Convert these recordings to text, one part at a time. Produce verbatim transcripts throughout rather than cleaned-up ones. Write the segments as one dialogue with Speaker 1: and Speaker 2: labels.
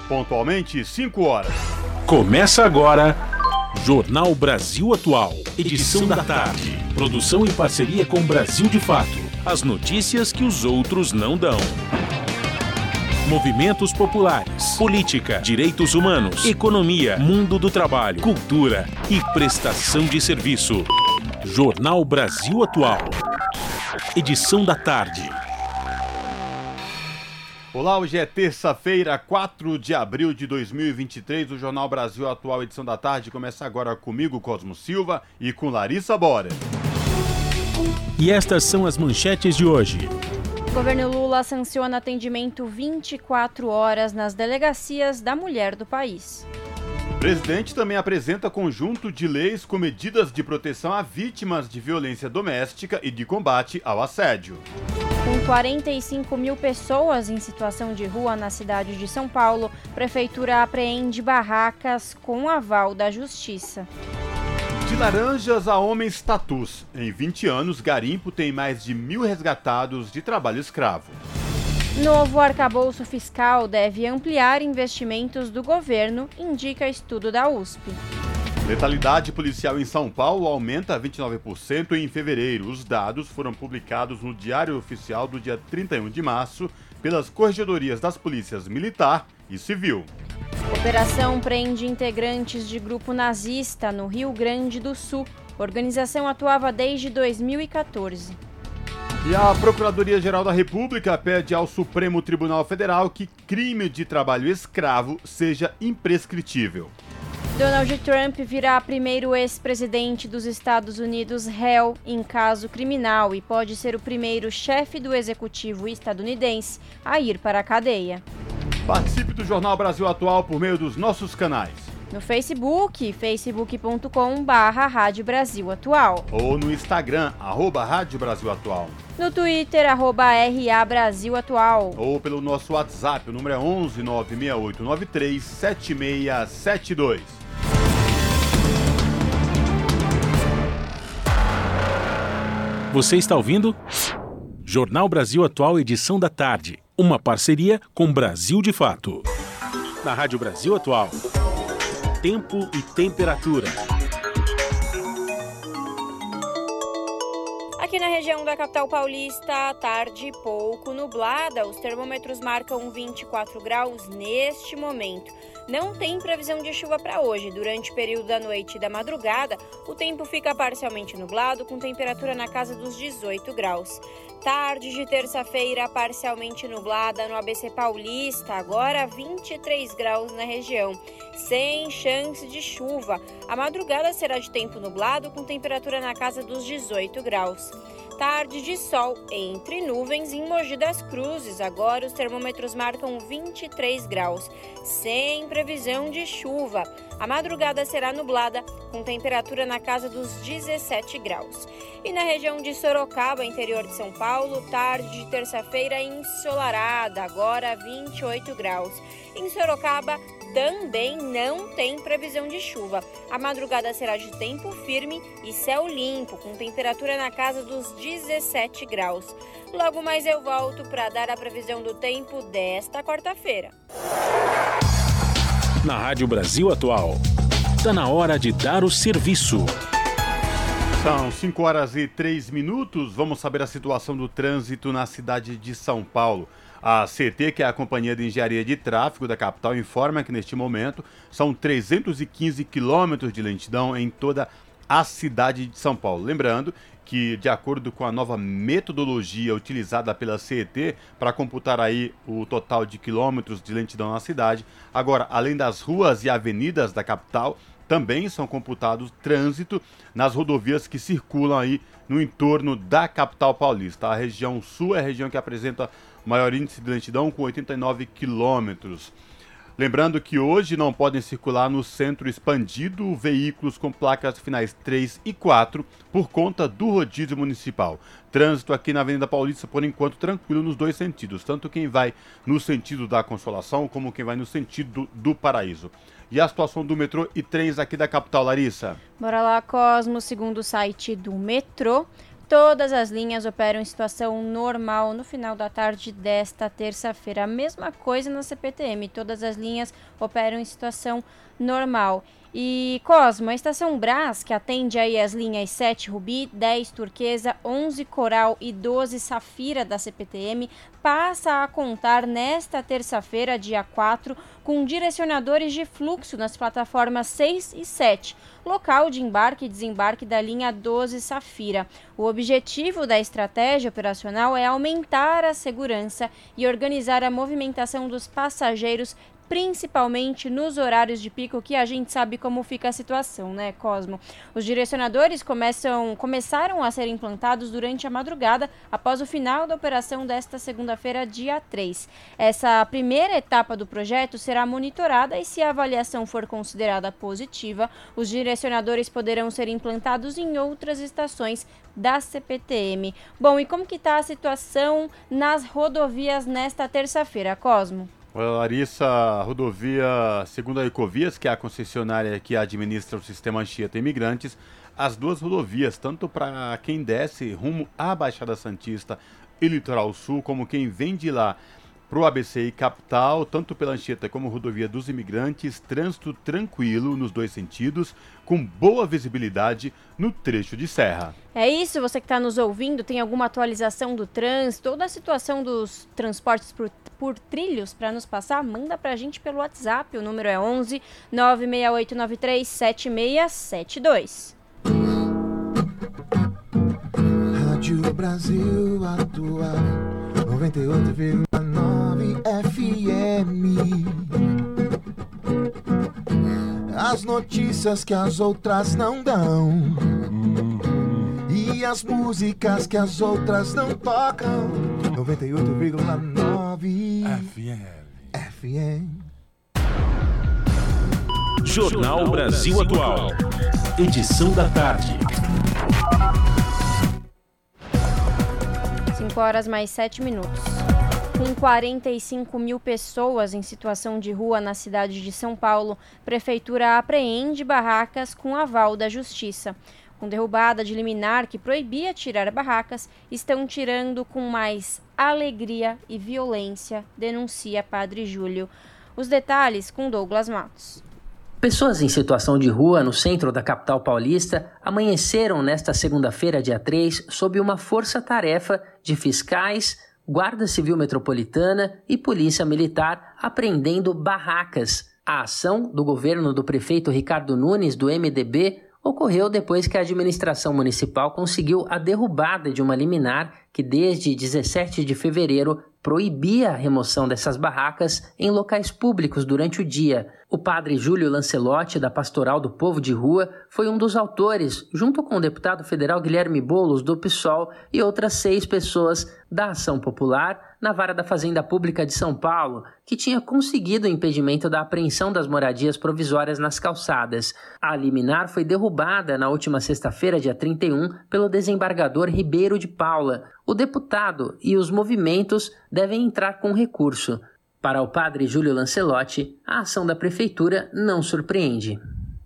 Speaker 1: Pontualmente, cinco horas.
Speaker 2: Começa agora, Jornal Brasil Atual, edição da tarde. Produção em parceria com Brasil de Fato. As notícias que os outros não dão. Movimentos populares, política, direitos humanos, economia, mundo do trabalho, cultura e prestação de serviço. Jornal Brasil Atual, edição da tarde.
Speaker 1: Olá, hoje é terça-feira, quatro de abril de dois mil e vinte e três. O Jornal Brasil Atual, edição da tarde, começa agora comigo, Cosmo Silva, e com Larissa Bora.
Speaker 2: E estas são as manchetes de hoje.
Speaker 3: O governo Lula sanciona atendimento vinte e quatro horas nas delegacias da mulher do país.
Speaker 1: O presidente também apresenta conjunto de leis com medidas de proteção a vítimas de violência doméstica e de combate ao assédio.
Speaker 3: Com quarenta e cinco mil pessoas em situação de rua na cidade de São Paulo, a Prefeitura apreende barracas com aval da Justiça.
Speaker 1: De laranjas a homens tatus. Em vinte anos, Garimpo tem mais de mil resgatados de trabalho escravo.
Speaker 3: Novo arcabouço fiscal deve ampliar investimentos do governo, indica estudo da U S P.
Speaker 1: Letalidade policial em São Paulo aumenta vinte e nove por cento em fevereiro. Os dados foram publicados no Diário Oficial do dia trinta e um de março pelas corregedorias das polícias Militar e Civil.
Speaker 3: Operação prende integrantes de grupo nazista no Rio Grande do Sul. A organização atuava desde dois mil e quatorze.
Speaker 1: E a Procuradoria-Geral da República pede ao Supremo Tribunal Federal que crime de trabalho escravo seja imprescritível.
Speaker 3: Donald Trump virá primeiro ex-presidente dos Estados Unidos réu em caso criminal e pode ser o primeiro chefe do executivo estadunidense a ir para a cadeia.
Speaker 1: Participe do Jornal Brasil Atual por meio dos nossos canais.
Speaker 3: No Facebook, facebook ponto com barra Rádio Brasil Atual.
Speaker 1: Ou no Instagram, arroba Rádio Brasil Atual.
Speaker 3: No Twitter, arroba R A Brasil Atual.
Speaker 1: Ou pelo nosso WhatsApp, o número é onze nove seis oito nove três sete seis sete dois.
Speaker 2: Você está ouvindo? Jornal Brasil Atual, edição da tarde. Uma parceria com Brasil de Fato. Na Rádio Brasil Atual. Tempo e temperatura.
Speaker 3: Aqui na região da capital paulista, tarde pouco nublada. Os termômetros marcam vinte e quatro graus neste momento. Não tem previsão de chuva para hoje. Durante o período da noite e da madrugada, o tempo fica parcialmente nublado, com temperatura na casa dos dezoito graus. Tarde de terça-feira, parcialmente nublada no A B C Paulista, agora vinte e três graus na região, sem chance de chuva. A madrugada será de tempo nublado, com temperatura na casa dos dezoito graus. Tarde de sol entre nuvens em Mogi das Cruzes. Agora os termômetros marcam vinte e três graus, sem previsão de chuva. A madrugada será nublada, com temperatura na casa dos dezessete graus. E na região de Sorocaba, interior de São Paulo, tarde de terça-feira ensolarada, agora vinte e oito graus. Em Sorocaba, também não tem previsão de chuva. A madrugada será de tempo firme e céu limpo, com temperatura na casa dos dezessete graus. Logo mais eu volto para dar a previsão do tempo desta quarta-feira.
Speaker 2: Na Rádio Brasil Atual, está na hora de dar o serviço.
Speaker 1: São cinco horas e três minutos. Vamos saber a situação do trânsito na cidade de São Paulo. A C T, que é a Companhia de Engenharia de Tráfego da capital, informa que neste momento são trezentos e quinze quilômetros de lentidão em toda a cidade de São Paulo. Lembrando que, de acordo com a nova metodologia utilizada pela C E T para computar aí o total de quilômetros de lentidão na cidade, agora, além das ruas e avenidas da capital, também são computados trânsito nas rodovias que circulam aí no entorno da capital paulista. A região sul é a região que apresenta maior índice de lentidão, com oitenta e nove quilômetros. Lembrando que hoje não podem circular no centro expandido veículos com placas finais três e quatro por conta do rodízio municipal. Trânsito aqui na Avenida Paulista, por enquanto, tranquilo nos dois sentidos, tanto quem vai no sentido da Consolação como quem vai no sentido do Paraíso. E a situação do metrô e trens aqui da capital, Larissa?
Speaker 3: Bora lá, Cosmo. Segundo o site do metrô, todas as linhas operam em situação normal no final da tarde desta terça-feira. A mesma coisa na C P T M, todas as linhas operam em situação normal. E Cosmo, a Estação Brás, que atende aí as linhas sete Rubi, dez Turquesa, onze Coral e doze Safira da C P T M, passa a contar nesta terça-feira, dia quatro, com direcionadores de fluxo nas plataformas seis e sete, local de embarque e desembarque da linha doze Safira. O objetivo da estratégia operacional é aumentar a segurança e organizar a movimentação dos passageiros, principalmente nos horários de pico, que a gente sabe como fica a situação, né, Cosmo? Os direcionadores começam, começaram a ser implantados durante a madrugada, após o final da operação desta segunda-feira, dia três. Essa primeira etapa do projeto será monitorada e, se a avaliação for considerada positiva, os direcionadores poderão ser implantados em outras estações da C P T M. Bom, e como que está a situação nas rodovias nesta terça-feira, Cosmo?
Speaker 1: Larissa, a rodovia, segundo a Ecovias, que é a concessionária que administra o sistema Anchieta Imigrantes, as duas rodovias, tanto para quem desce rumo à Baixada Santista e Litoral Sul, como quem vem de lá para o A B C e Capital, tanto pela Anchieta como rodovia dos Imigrantes, trânsito tranquilo nos dois sentidos, com boa visibilidade no trecho de serra.
Speaker 3: É isso, você que está nos ouvindo, tem alguma atualização do trânsito ou da situação dos transportes por, por trilhos para nos passar? Manda para a gente pelo WhatsApp, o número é onze nove seis oito nove três sete seis sete dois.
Speaker 4: Rádio Brasil Atual, noventa e oito vírgula nove F M. As notícias que as outras não dão, e as músicas que as outras não tocam. noventa e oito vírgula nove F M. F M.
Speaker 2: Jornal Brasil Atual. Edição da tarde.
Speaker 3: cinco horas mais sete minutos. Com quarenta e cinco mil pessoas em situação de rua na cidade de São Paulo, Prefeitura apreende barracas com aval da Justiça. Com derrubada de liminar que proibia tirar barracas, estão tirando com mais alegria e violência, denuncia Padre Júlio. Os detalhes com Douglas Matos.
Speaker 5: Pessoas em situação de rua no centro da capital paulista amanheceram nesta segunda-feira, dia três, sob uma força-tarefa de fiscais, Guarda Civil Metropolitana e Polícia Militar apreendendo barracas. A ação do governo do prefeito Ricardo Nunes, do M D B, ocorreu depois que a administração municipal conseguiu a derrubada de uma liminar que desde dezessete de fevereiro proibia a remoção dessas barracas em locais públicos durante o dia. O padre Júlio Lancelotti, da Pastoral do Povo de Rua, foi um dos autores, junto com o deputado federal Guilherme Boulos, do PSOL, e outras seis pessoas da Ação Popular, na Vara da Fazenda Pública de São Paulo, que tinha conseguido o impedimento da apreensão das moradias provisórias nas calçadas. A liminar foi derrubada na última sexta-feira, dia trinta e um, pelo desembargador Ribeiro de Paula. O deputado e os movimentos devem entrar com recurso. Para o padre Júlio Lancelotti, a ação da prefeitura não surpreende.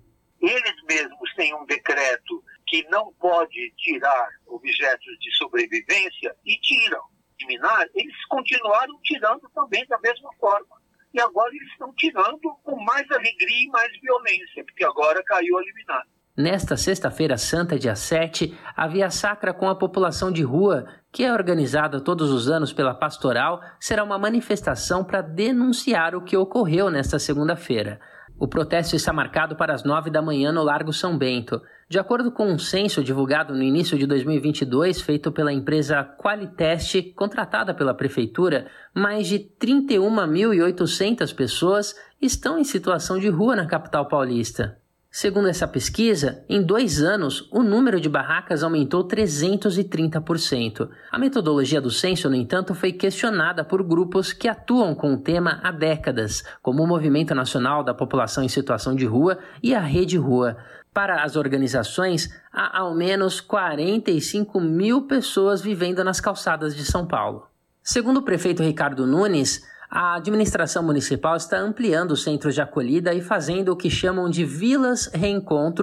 Speaker 6: Eles mesmos têm um decreto que não pode tirar objetos de sobrevivência e tiram. Liminar, eles continuaram tirando também da mesma forma. E agora eles estão tirando com mais alegria e mais violência, porque agora caiu a liminar.
Speaker 5: Nesta sexta-feira santa, dia sete, a Via Sacra com a população de rua, que é organizada todos os anos pela Pastoral, será uma manifestação para denunciar o que ocorreu nesta segunda-feira. O protesto está marcado para as nove da manhã no Largo São Bento. De acordo com um censo divulgado no início de dois mil e vinte e dois, feito pela empresa Qualiteste, contratada pela Prefeitura, mais de trinta e uma mil e oitocentas pessoas estão em situação de rua na capital paulista. Segundo essa pesquisa, em dois anos, o número de barracas aumentou trezentos e trinta por cento. A metodologia do censo, no entanto, foi questionada por grupos que atuam com o tema há décadas, como o Movimento Nacional da População em Situação de Rua e a Rede Rua. Para as organizações, há ao menos quarenta e cinco mil pessoas vivendo nas calçadas de São Paulo. Segundo o prefeito Ricardo Nunes, a administração municipal está ampliando os centros de acolhida e fazendo o que chamam de vilas reencontro,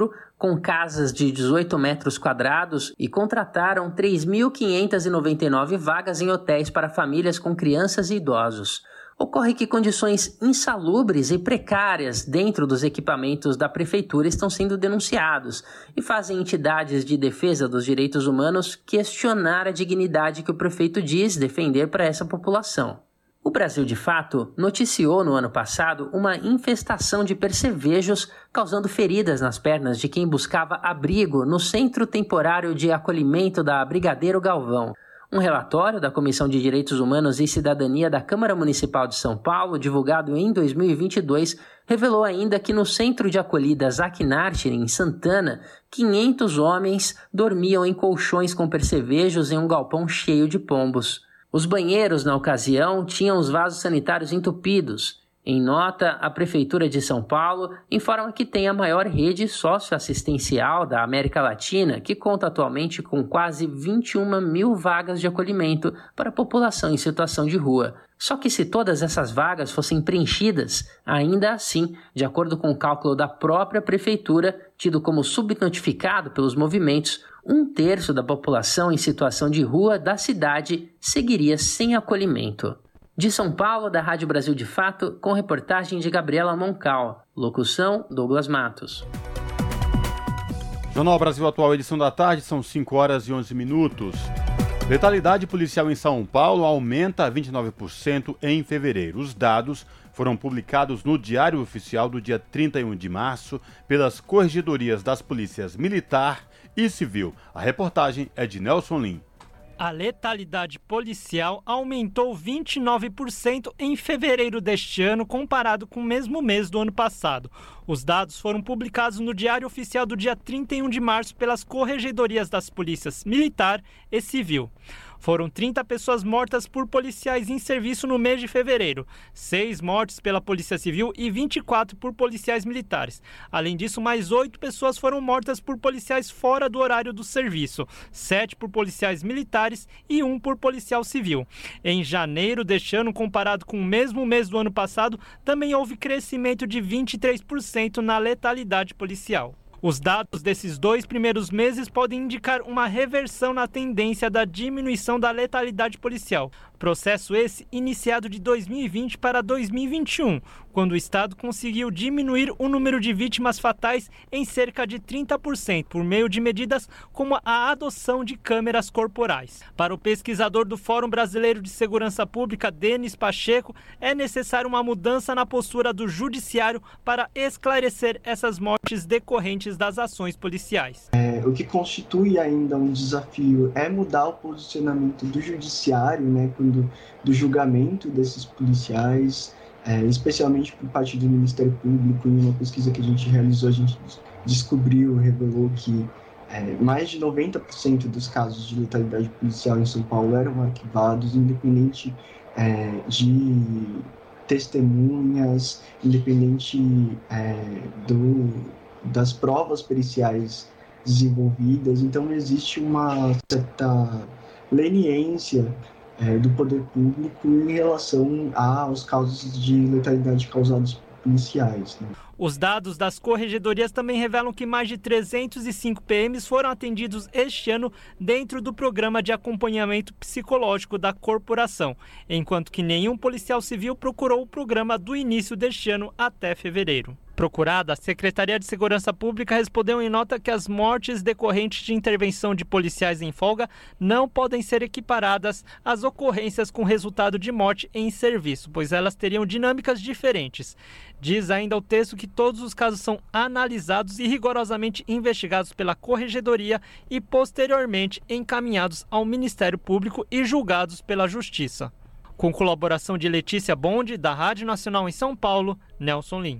Speaker 5: com casas de dezoito metros quadrados e contrataram três mil quinhentas e noventa e nove vagas em hotéis para famílias com crianças e idosos. Ocorre que condições insalubres e precárias dentro dos equipamentos da prefeitura estão sendo denunciados e fazem entidades de defesa dos direitos humanos questionar a dignidade que o prefeito diz defender para essa população. O Brasil de Fato noticiou no ano passado uma infestação de percevejos causando feridas nas pernas de quem buscava abrigo no Centro Temporário de Acolhimento da Brigadeiro Galvão. Um relatório da Comissão de Direitos Humanos e Cidadania da Câmara Municipal de São Paulo, divulgado em dois mil e vinte e dois, revelou ainda que no Centro de Acolhida Zacnart, em Santana, quinhentos homens dormiam em colchões com percevejos em um galpão cheio de pombos. Os banheiros, na ocasião, tinham os vasos sanitários entupidos. Em nota, a Prefeitura de São Paulo informa que tem a maior rede socioassistencial da América Latina, que conta atualmente com quase vinte e uma mil vagas de acolhimento para a população em situação de rua. Só que se todas essas vagas fossem preenchidas, ainda assim, de acordo com o cálculo da própria Prefeitura, tido como subnotificado pelos movimentos, um terço da população em situação de rua da cidade seguiria sem acolhimento. De São Paulo, da Rádio Brasil de Fato, com reportagem de Gabriela Moncal. Locução, Douglas Matos.
Speaker 1: Jornal Brasil Atual, edição da tarde, são cinco horas e onze minutos. Letalidade policial em São Paulo aumenta a vinte e nove por cento em fevereiro. Os dados foram publicados no Diário Oficial do dia trinta e um de março pelas corregedorias das polícias Militar e Civil. A reportagem é de Nelson Lim.
Speaker 7: A letalidade policial aumentou vinte e nove por cento em fevereiro deste ano, comparado com o mesmo mês do ano passado. Os dados foram publicados no Diário Oficial do dia trinta e um de março pelas corregedorias das polícias Militar e Civil. Foram trinta pessoas mortas por policiais em serviço no mês de fevereiro, seis mortes pela Polícia Civil e vinte e quatro por policiais militares. Além disso, mais oito pessoas foram mortas por policiais fora do horário do serviço, sete por policiais militares e um por policial civil. Em janeiro deste ano, comparado com o mesmo mês do ano passado, também houve crescimento de vinte e três por cento na letalidade policial. Os dados desses dois primeiros meses podem indicar uma reversão na tendência da diminuição da letalidade policial. Processo esse iniciado de dois mil e vinte para dois mil e vinte e um, quando o Estado conseguiu diminuir o número de vítimas fatais em cerca de trinta por cento, por meio de medidas como a adoção de câmeras corporais. Para o pesquisador do Fórum Brasileiro de Segurança Pública, Denis Pacheco, é necessária uma mudança na postura do Judiciário para esclarecer essas mortes decorrentes das ações policiais.
Speaker 8: É, o que constitui ainda um desafio é mudar o posicionamento do Judiciário, né, quando, do julgamento desses policiais, é, especialmente por parte do Ministério Público. Em uma pesquisa que a gente realizou, a gente descobriu, revelou que é, mais de noventa por cento dos casos de letalidade policial em São Paulo eram arquivados, independente é, de testemunhas, independente é, do, das provas periciais desenvolvidas. Então existe uma certa leniência é, do poder público em relação aos casos de letalidade causados por policiais, né?
Speaker 7: Os dados das corregedorias também revelam que mais de trezentos e cinco P Ms foram atendidos este ano dentro do programa de acompanhamento psicológico da corporação, enquanto que nenhum policial civil procurou o programa do início deste ano até fevereiro. Procurada, a Secretaria de Segurança Pública respondeu em nota que as mortes decorrentes de intervenção de policiais em folga não podem ser equiparadas às ocorrências com resultado de morte em serviço, pois elas teriam dinâmicas diferentes. Diz ainda o texto que todos os casos são analisados e rigorosamente investigados pela Corregedoria e posteriormente encaminhados ao Ministério Público e julgados pela Justiça. Com colaboração de Letícia Bonde, da Rádio Nacional em São Paulo, Nelson Lim.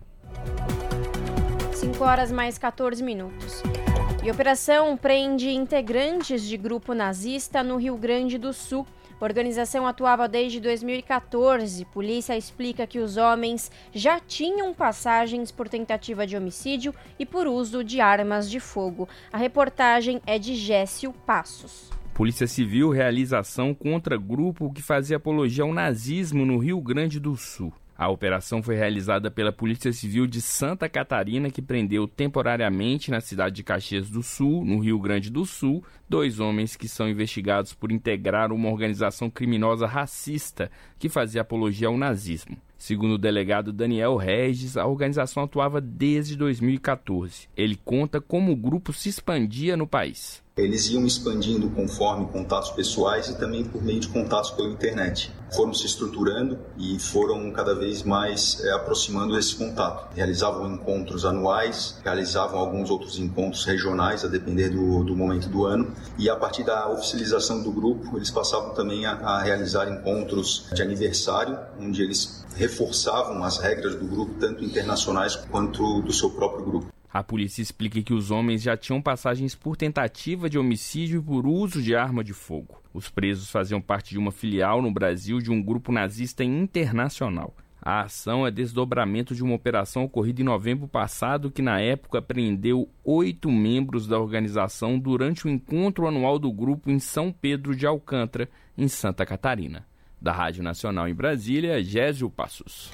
Speaker 3: cinco horas mais quatorze minutos. E operação prende integrantes de grupo nazista no Rio Grande do Sul. A organização atuava desde dois mil e quatorze. Polícia explica que os homens já tinham passagens por tentativa de homicídio e por uso de armas de fogo. A reportagem é de Gécio Passos.
Speaker 9: Polícia Civil realiza ação contra grupo que fazia apologia ao nazismo no Rio Grande do Sul. A operação foi realizada pela Polícia Civil de Santa Catarina, que prendeu temporariamente na cidade de Caxias do Sul, no Rio Grande do Sul, dois homens que são investigados por integrar uma organização criminosa racista que fazia apologia ao nazismo. Segundo o delegado Daniel Regis, a organização atuava desde dois mil e catorze. Ele conta como o grupo se expandia no país.
Speaker 10: Eles iam expandindo conforme contatos pessoais e também por meio de contatos pela internet. Foram se estruturando e foram cada vez mais é, aproximando desse contato. Realizavam encontros anuais, realizavam alguns outros encontros regionais, a depender do, do momento do ano. E a partir da oficialização do grupo, eles passavam também a, a realizar encontros de aniversário, onde eles reforçavam as regras do grupo, tanto internacionais quanto do seu próprio grupo.
Speaker 9: A polícia explica que os homens já tinham passagens por tentativa de homicídio e por uso de arma de fogo. Os presos faziam parte de uma filial no Brasil de um grupo nazista internacional. A ação é desdobramento de uma operação ocorrida em novembro passado que, na época, prendeu oito membros da organização durante o encontro anual do grupo em São Pedro de Alcântara, em Santa Catarina. Da Rádio Nacional em Brasília, Gésio Passos.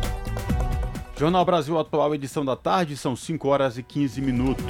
Speaker 1: Jornal Brasil Atual, edição da tarde, são cinco horas e quinze minutos.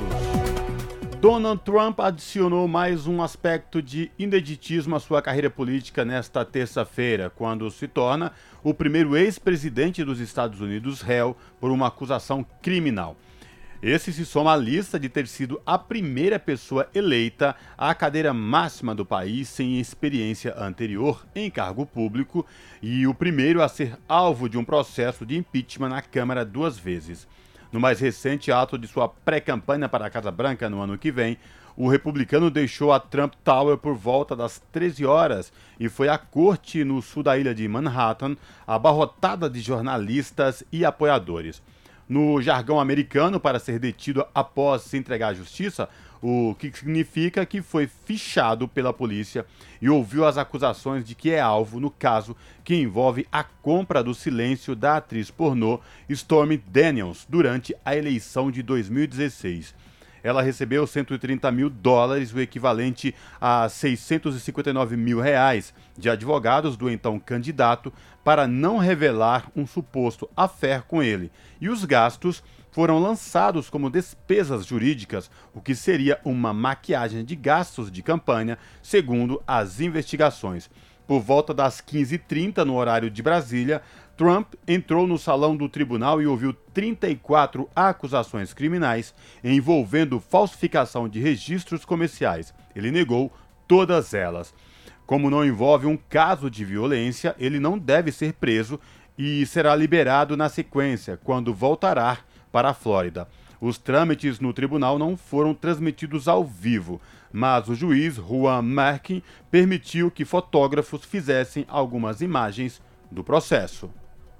Speaker 1: Donald Trump adicionou mais um aspecto de ineditismo à sua carreira política nesta terça-feira, quando se torna o primeiro ex-presidente dos Estados Unidos réu por uma acusação criminal. Esse se soma à lista de ter sido a primeira pessoa eleita à cadeira máxima do país sem experiência anterior em cargo público e o primeiro a ser alvo de um processo de impeachment na Câmara duas vezes. No mais recente ato de sua pré-campanha para a Casa Branca no ano que vem, o republicano deixou a Trump Tower por volta das treze horas e foi à corte no sul da ilha de Manhattan, abarrotada de jornalistas e apoiadores. No jargão americano, para ser detido após se entregar à justiça, o que significa que foi fichado pela polícia e ouviu as acusações de que é alvo no caso que envolve a compra do silêncio da atriz pornô Stormy Daniels durante a eleição de dois mil e dezesseis. Ela recebeu cento e trinta mil dólares, o equivalente a seiscentos e cinquenta e nove mil reais, de advogados do então candidato para não revelar um suposto affair com ele. E os gastos foram lançados como despesas jurídicas, o que seria uma maquiagem de gastos de campanha, segundo as investigações. Por volta das quinze e trinta, no horário de Brasília, Trump entrou no salão do tribunal e ouviu trinta e quatro acusações criminais envolvendo falsificação de registros comerciais. Ele negou todas elas. Como não envolve um caso de violência, ele não deve ser preso e será liberado na sequência, quando voltará para a Flórida. Os trâmites no tribunal não foram transmitidos ao vivo, mas o juiz Juan Merkin permitiu que fotógrafos fizessem algumas imagens do processo.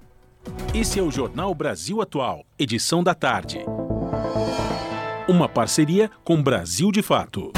Speaker 2: Esse é o Jornal Brasil Atual, edição da tarde. Uma parceria com Brasil de Fato.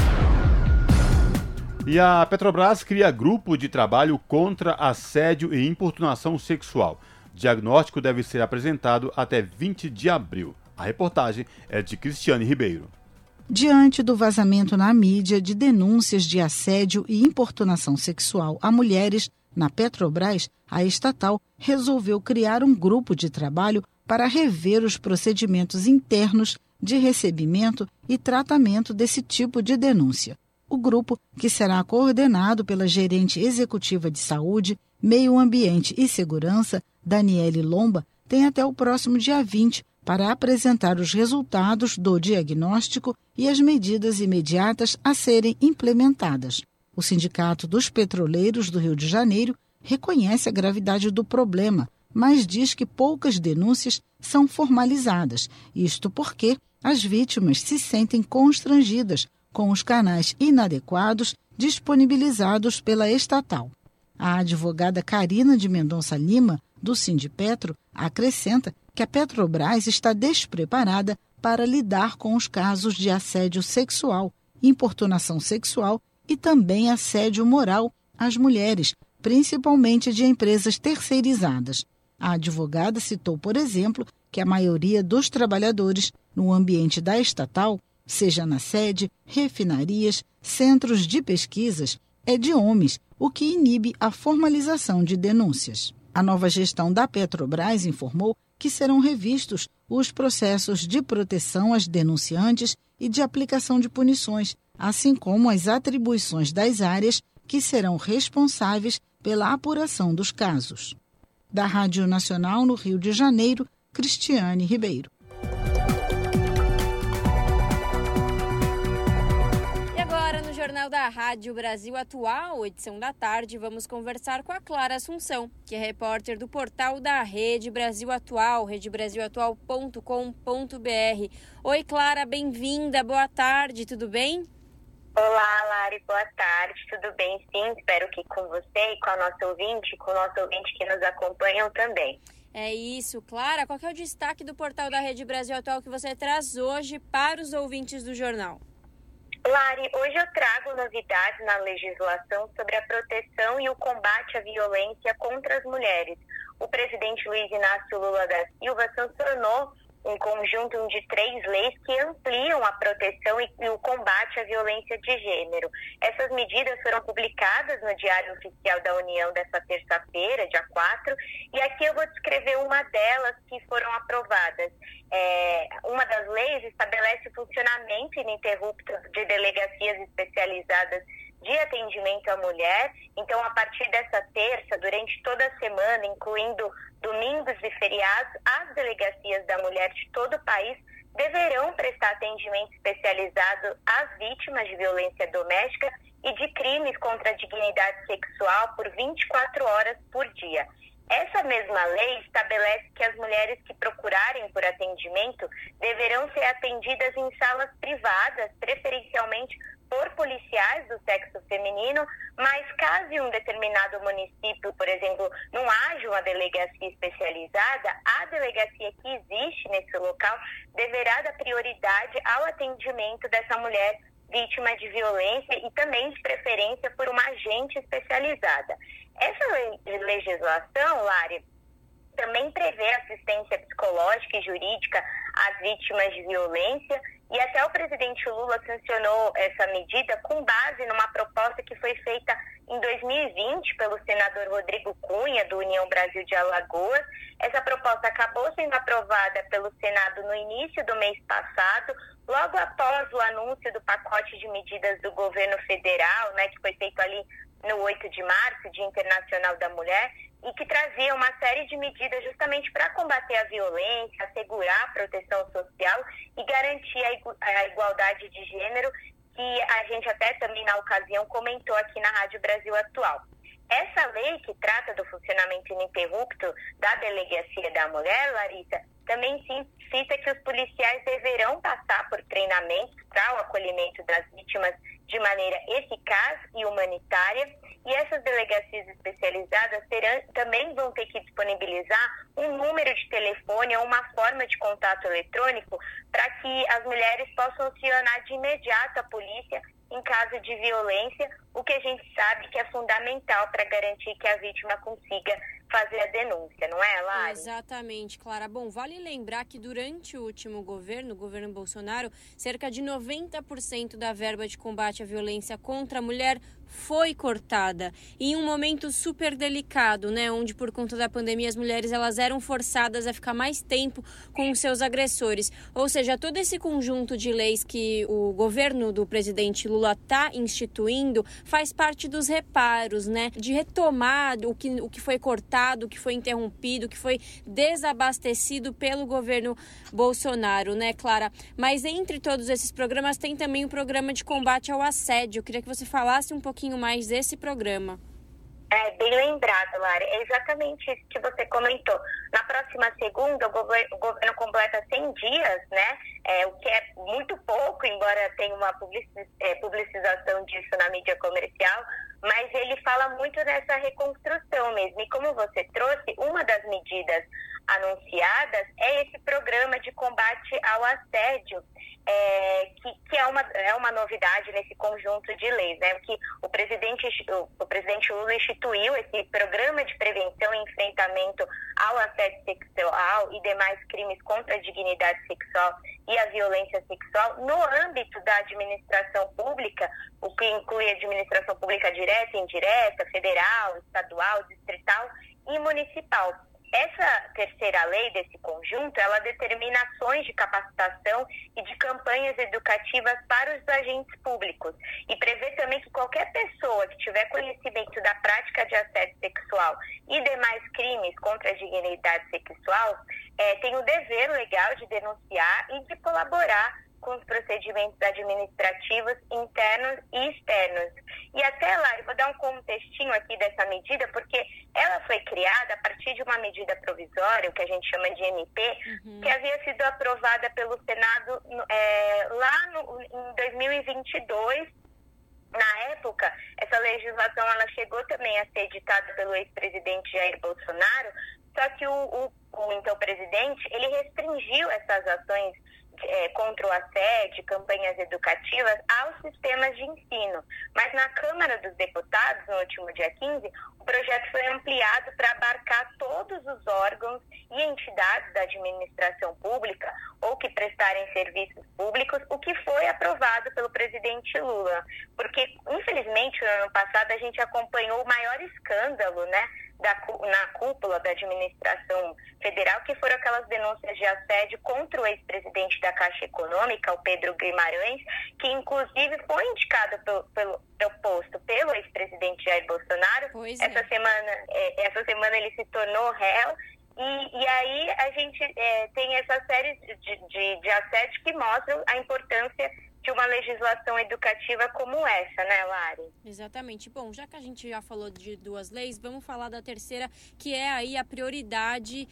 Speaker 1: E a Petrobras cria grupo de trabalho contra assédio e importunação sexual. Diagnóstico deve ser apresentado até vinte de abril. A reportagem é de Cristiane Ribeiro.
Speaker 11: Diante do vazamento na mídia de denúncias de assédio e importunação sexual a mulheres, na Petrobras, a estatal resolveu criar um grupo de trabalho para rever os procedimentos internos de recebimento e tratamento desse tipo de denúncia. O grupo, que será coordenado pela gerente executiva de Saúde, Meio Ambiente e Segurança, Daniele Lomba, tem até o próximo dia vinte para apresentar os resultados do diagnóstico e as medidas imediatas a serem implementadas. O Sindicato dos Petroleiros do Rio de Janeiro reconhece a gravidade do problema, mas diz que poucas denúncias são formalizadas, isto porque as vítimas se sentem constrangidas com os canais inadequados disponibilizados pela estatal. A advogada Karina de Mendonça Lima, do Sindipetro, acrescenta que a Petrobras está despreparada para lidar com os casos de assédio sexual, importunação sexual e também assédio moral às mulheres, principalmente de empresas terceirizadas. A advogada citou, por exemplo, que a maioria dos trabalhadores no ambiente da estatal, seja na sede, refinarias, centros de pesquisas, é de homens, o que inibe a formalização de denúncias. A nova gestão da Petrobras informou que serão revistos os processos de proteção às denunciantes e de aplicação de punições, assim como as atribuições das áreas que serão responsáveis pela apuração dos casos. Da Rádio Nacional no Rio de Janeiro, Cristiane Ribeiro.
Speaker 3: E agora, no Jornal da Rádio Brasil Atual, edição da tarde, vamos conversar com a Clara Assunção, que é repórter do portal da Rede Brasil Atual, rede brasil atual ponto com ponto b r. Oi, Clara, bem-vinda, boa tarde, tudo bem?
Speaker 12: Olá, Lari, boa tarde, tudo bem? Sim, espero que com você e com a nossa ouvinte, com o nosso ouvinte que nos acompanham também.
Speaker 3: É isso, Clara, qual que é o destaque do portal da Rede Brasil Atual que você traz hoje para os ouvintes do jornal?
Speaker 12: Lari, hoje eu trago novidades na legislação sobre a proteção e o combate à violência contra as mulheres. O presidente Luiz Inácio Lula da Silva sancionou um conjunto de três leis que ampliam a proteção e, e o combate à violência de gênero. Essas medidas foram publicadas no Diário Oficial da União desta terça-feira, dia quatro, e aqui eu vou descrever uma delas que foram aprovadas. É, uma das leis estabelece o funcionamento ininterrupto de delegacias especializadas de atendimento à mulher. Então, a partir dessa terça, durante toda a semana, incluindo domingos e feriados, as delegacias da mulher de todo o país deverão prestar atendimento especializado às vítimas de violência doméstica e de crimes contra a dignidade sexual por vinte e quatro horas por dia. Essa mesma lei estabelece que as mulheres que procurarem por atendimento deverão ser atendidas em salas privadas, preferencialmente por policiais do sexo feminino, mas caso em um determinado município, por exemplo, não haja uma delegacia especializada, a delegacia que existe nesse local deverá dar prioridade ao atendimento dessa mulher vítima de violência e também de preferência por uma agente especializada. Essa legislação, Lari, também prevê assistência psicológica e jurídica às vítimas de violência e até o presidente Lula sancionou essa medida com base numa proposta que foi feita em dois mil e vinte pelo senador Rodrigo Cunha, do União Brasil de Alagoas. Essa proposta acabou sendo aprovada pelo Senado no início do mês passado, logo após o anúncio do pacote de medidas do governo federal, né, que foi feito ali no oito de março, Dia Internacional da Mulher, e que trazia uma série de medidas justamente para combater a violência, assegurar a proteção social e garantir a igualdade de gênero, que a gente até também na ocasião comentou aqui na Rádio Brasil Atual. Essa lei que trata do funcionamento ininterrupto da Delegacia da Mulher, Larissa, também cita que os policiais deverão passar por treinamentos para o acolhimento das vítimas de maneira eficaz e humanitária, e essas delegacias especializadas terão, também vão ter que disponibilizar um número de telefone ou uma forma de contato eletrônico para que as mulheres possam acionar de imediato a polícia em caso de violência, o que a gente sabe que é fundamental para garantir que a vítima consiga fazer a denúncia, não é, Lari?
Speaker 3: Exatamente, Clara. Bom, vale lembrar que durante o último governo, o governo Bolsonaro, cerca de noventa por cento da verba de combate à violência contra a mulher foi cortada em um momento super delicado, né, onde por conta da pandemia as mulheres elas eram forçadas a ficar mais tempo com os seus agressores. Ou seja, todo esse conjunto de leis que o governo do presidente Lula está instituindo faz parte dos reparos, né, de retomar o que, o que foi cortado, o que foi interrompido, o que foi desabastecido pelo governo Bolsonaro, né, Clara? Mas entre todos esses programas tem também o programa de combate ao assédio. Eu queria que você falasse um pouquinho mais desse programa.
Speaker 12: É, bem lembrado, Lara. É exatamente isso que você comentou. Na próxima segunda, o governo, o governo completa cem dias, né? É, o que é muito pouco, embora tenha uma publicização disso na mídia comercial, mas ele fala muito nessa reconstrução mesmo. E como você trouxe, uma das medidas anunciadas é esse programa de combate ao assédio, é, que, que é, uma, é uma novidade nesse conjunto de leis, né? Que o presidente, o, o presidente Lula instituiu esse programa de prevenção e enfrentamento ao assédio sexual e demais crimes contra a dignidade sexual e a violência sexual no âmbito da administração pública, o que inclui a administração pública direta e indireta, federal, estadual, distrital e municipal. Essa terceira lei desse conjunto, ela determina ações de capacitação e de campanhas educativas para os agentes públicos e prevê também que qualquer pessoa que tiver conhecimento da prática de assédio sexual e demais crimes contra a dignidade sexual é, tem o dever legal de denunciar e de colaborar com os procedimentos administrativos internos e externos. E até lá, eu vou dar um contextinho aqui dessa medida, porque ela foi criada a partir de uma medida provisória, o que a gente chama de M P, uhum. que havia sido aprovada pelo Senado é, lá no, em dois mil e vinte e dois. Na época, essa legislação ela chegou também a ser editada pelo ex-presidente Jair Bolsonaro, só que o, o, o então presidente, ele restringiu essas ações É, contra o assédio, campanhas educativas aos sistemas de ensino. Mas na Câmara dos Deputados, no último dia quinze, o projeto foi ampliado para abarcar todos os órgãos e entidades da administração pública ou que prestarem serviços públicos, o que foi aprovado pelo presidente Lula. Porque, infelizmente, no ano passado a gente acompanhou o maior escândalo, né, da, na cúpula da administração federal, que foram aquelas denúncias de assédio contra o ex-presidente da Caixa Econômica, o Pedro Guimarães, que inclusive foi indicado pelo, pelo, pelo posto pelo ex-presidente Jair Bolsonaro.
Speaker 3: Pois
Speaker 12: essa,
Speaker 3: é.
Speaker 12: semana, é, essa semana ele se tornou réu. E, e aí a gente é, tem essa série de, de, de assédios que mostram a importância de uma legislação educativa como essa, né, Lari?
Speaker 3: Exatamente. Bom, já que a gente já falou de duas leis, vamos falar da terceira, que é aí a prioridade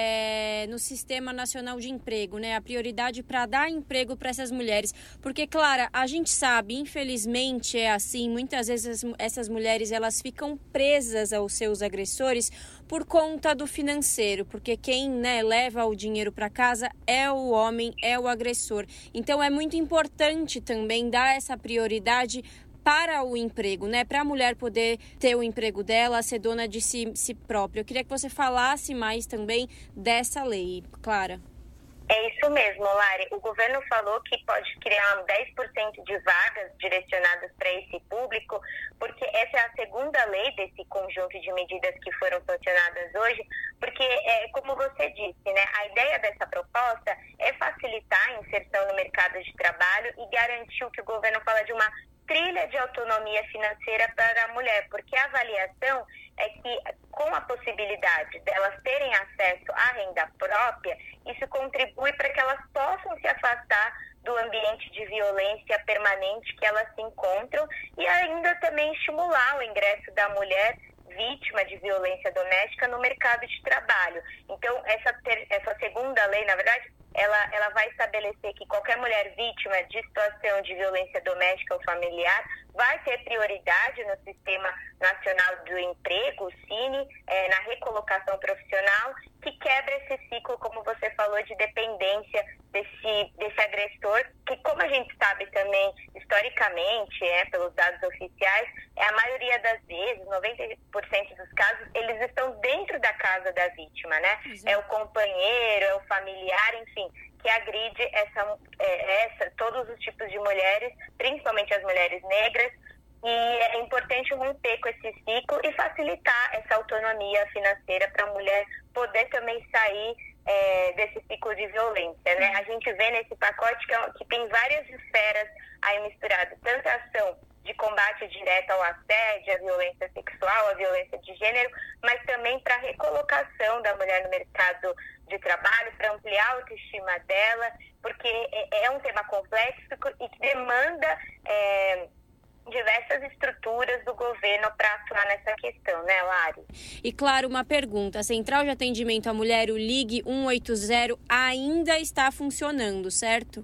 Speaker 3: é, no Sistema Nacional de Emprego, né? A prioridade para dar emprego para essas mulheres. Porque, Clara, a gente sabe, infelizmente é assim, muitas vezes essas mulheres elas ficam presas aos seus agressores por conta do financeiro, porque quem, né, leva o dinheiro para casa é o homem, é o agressor. Então é muito importante também dar essa prioridade para o emprego, né? Para a mulher poder ter o emprego dela, ser dona de si, si própria. Eu queria que você falasse mais também dessa lei, Clara.
Speaker 12: É isso mesmo, Lari. O governo falou que pode criar dez por cento de vagas direcionadas para esse público, porque essa é a segunda lei desse conjunto de medidas que foram sancionadas hoje, porque, é, como você disse, né, a ideia dessa proposta é facilitar a inserção no mercado de trabalho e garantir o que o governo fala de uma trilha de autonomia financeira para a mulher, porque a avaliação é que, com a possibilidade delas terem acesso à renda própria, isso contribui para que elas possam se afastar do ambiente de violência permanente que elas se encontram e ainda também estimular o ingresso da mulher vítima de violência doméstica no mercado de trabalho. Então, essa, ter, essa segunda lei, na verdade, ela, ela vai estabelecer que qualquer mulher vítima de situação de violência doméstica ou familiar vai ter prioridade no Sistema Nacional do Emprego, o Cine, é, na recolocação profissional, que quebra esse ciclo, como você falou, de dependência desse, desse agressor, que, como a gente sabe também, historicamente, é, pelos dados oficiais, é a maioria das vezes, noventa por cento dos casos, eles estão dentro da casa da vítima, né? Exato. É o companheiro, é o familiar, enfim, que agride essa, essa, todos os tipos de mulheres, principalmente as mulheres negras, e é importante romper com esse ciclo e facilitar essa autonomia financeira para a mulher poder também sair é, desse ciclo de violência, né? A gente vê nesse pacote que, que tem várias esferas aí misturadas, tanto a ação de combate direto ao assédio, à violência sexual, à violência de gênero, mas também para a recolocação da mulher no mercado de trabalho, para ampliar a autoestima dela, porque é um tema complexo e que demanda é, diversas estruturas do governo para atuar nessa questão, né, Lari?
Speaker 3: E, claro, uma pergunta. A Central de Atendimento à Mulher, o Ligue cento e oitenta, ainda está funcionando, certo?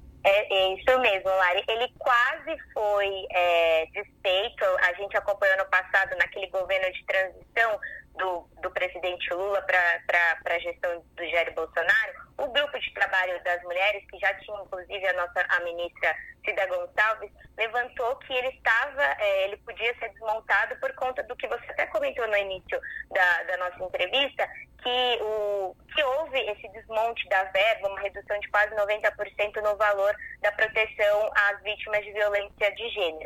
Speaker 12: É, é isso mesmo, Lari. Ele quase foi é, desfeito. A gente acompanhou no passado, naquele governo de transição do, do presidente Lula para a gestão do Jair Bolsonaro, o grupo de trabalho das mulheres, que já tinha inclusive a nossa a ministra Cida Gonçalves, levantou que ele estava, é, ele podia ser desmontado por conta do que você até comentou no início da, da nossa entrevista, que, o, que houve esse desmonte da verba, uma redução de quase noventa por cento no valor da proteção às vítimas de violência de gênero.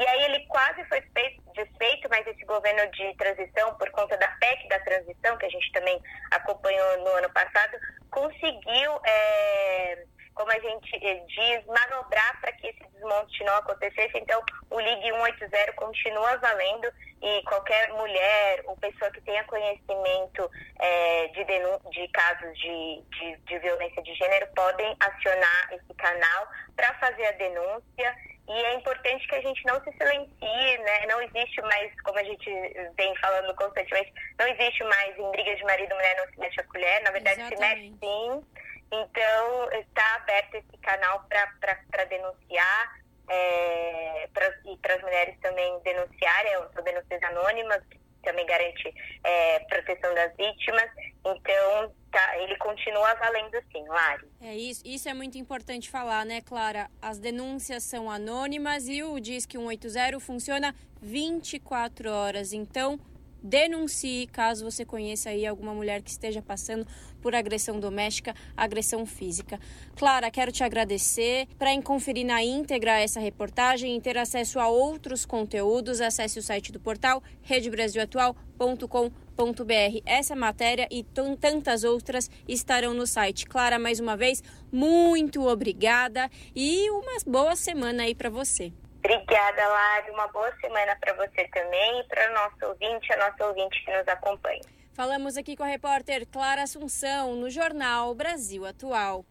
Speaker 12: E aí ele quase foi desfeito, mas esse governo de transição, por conta da P E C da transição, que a gente também acompanhou no ano passado, conseguiu, é, como a gente diz, manobrar para que esse desmonte não acontecesse. Então, o Ligue cento e oitenta continua valendo e qualquer mulher ou pessoa que tenha conhecimento é, de, de casos de, de, de violência de gênero podem acionar esse canal para fazer a denúncia. E é importante que a gente não se silencie, né? Não existe mais, como a gente vem falando constantemente, não existe mais em briga de marido e mulher não se mexe a colher, na verdade Exatamente. se mexe sim. Então, está aberto esse canal para denunciar, é, pra, e para as mulheres também denunciarem, são denúncias anônimas, que também garante é, proteção das vítimas. Então, tá, ele continua valendo sim, Lari.
Speaker 3: É isso, isso é muito importante falar, né, Clara? As denúncias são anônimas e o Disque cento e oitenta funciona vinte e quatro horas. Então, denuncie caso você conheça aí alguma mulher que esteja passando por agressão doméstica, agressão física. Clara, quero te agradecer. Para conferir na íntegra essa reportagem e ter acesso a outros conteúdos, acesse o site do portal rede brasil atual ponto com ponto b r. Essa matéria e t- tantas outras estarão no site. Clara, mais uma vez, muito obrigada e uma boa semana aí para você.
Speaker 12: Obrigada, Lari. Uma boa semana para você também e para o nosso ouvinte, a nossa ouvinte que nos acompanha.
Speaker 3: Falamos aqui com a repórter Clara Assunção, no Jornal Brasil Atual.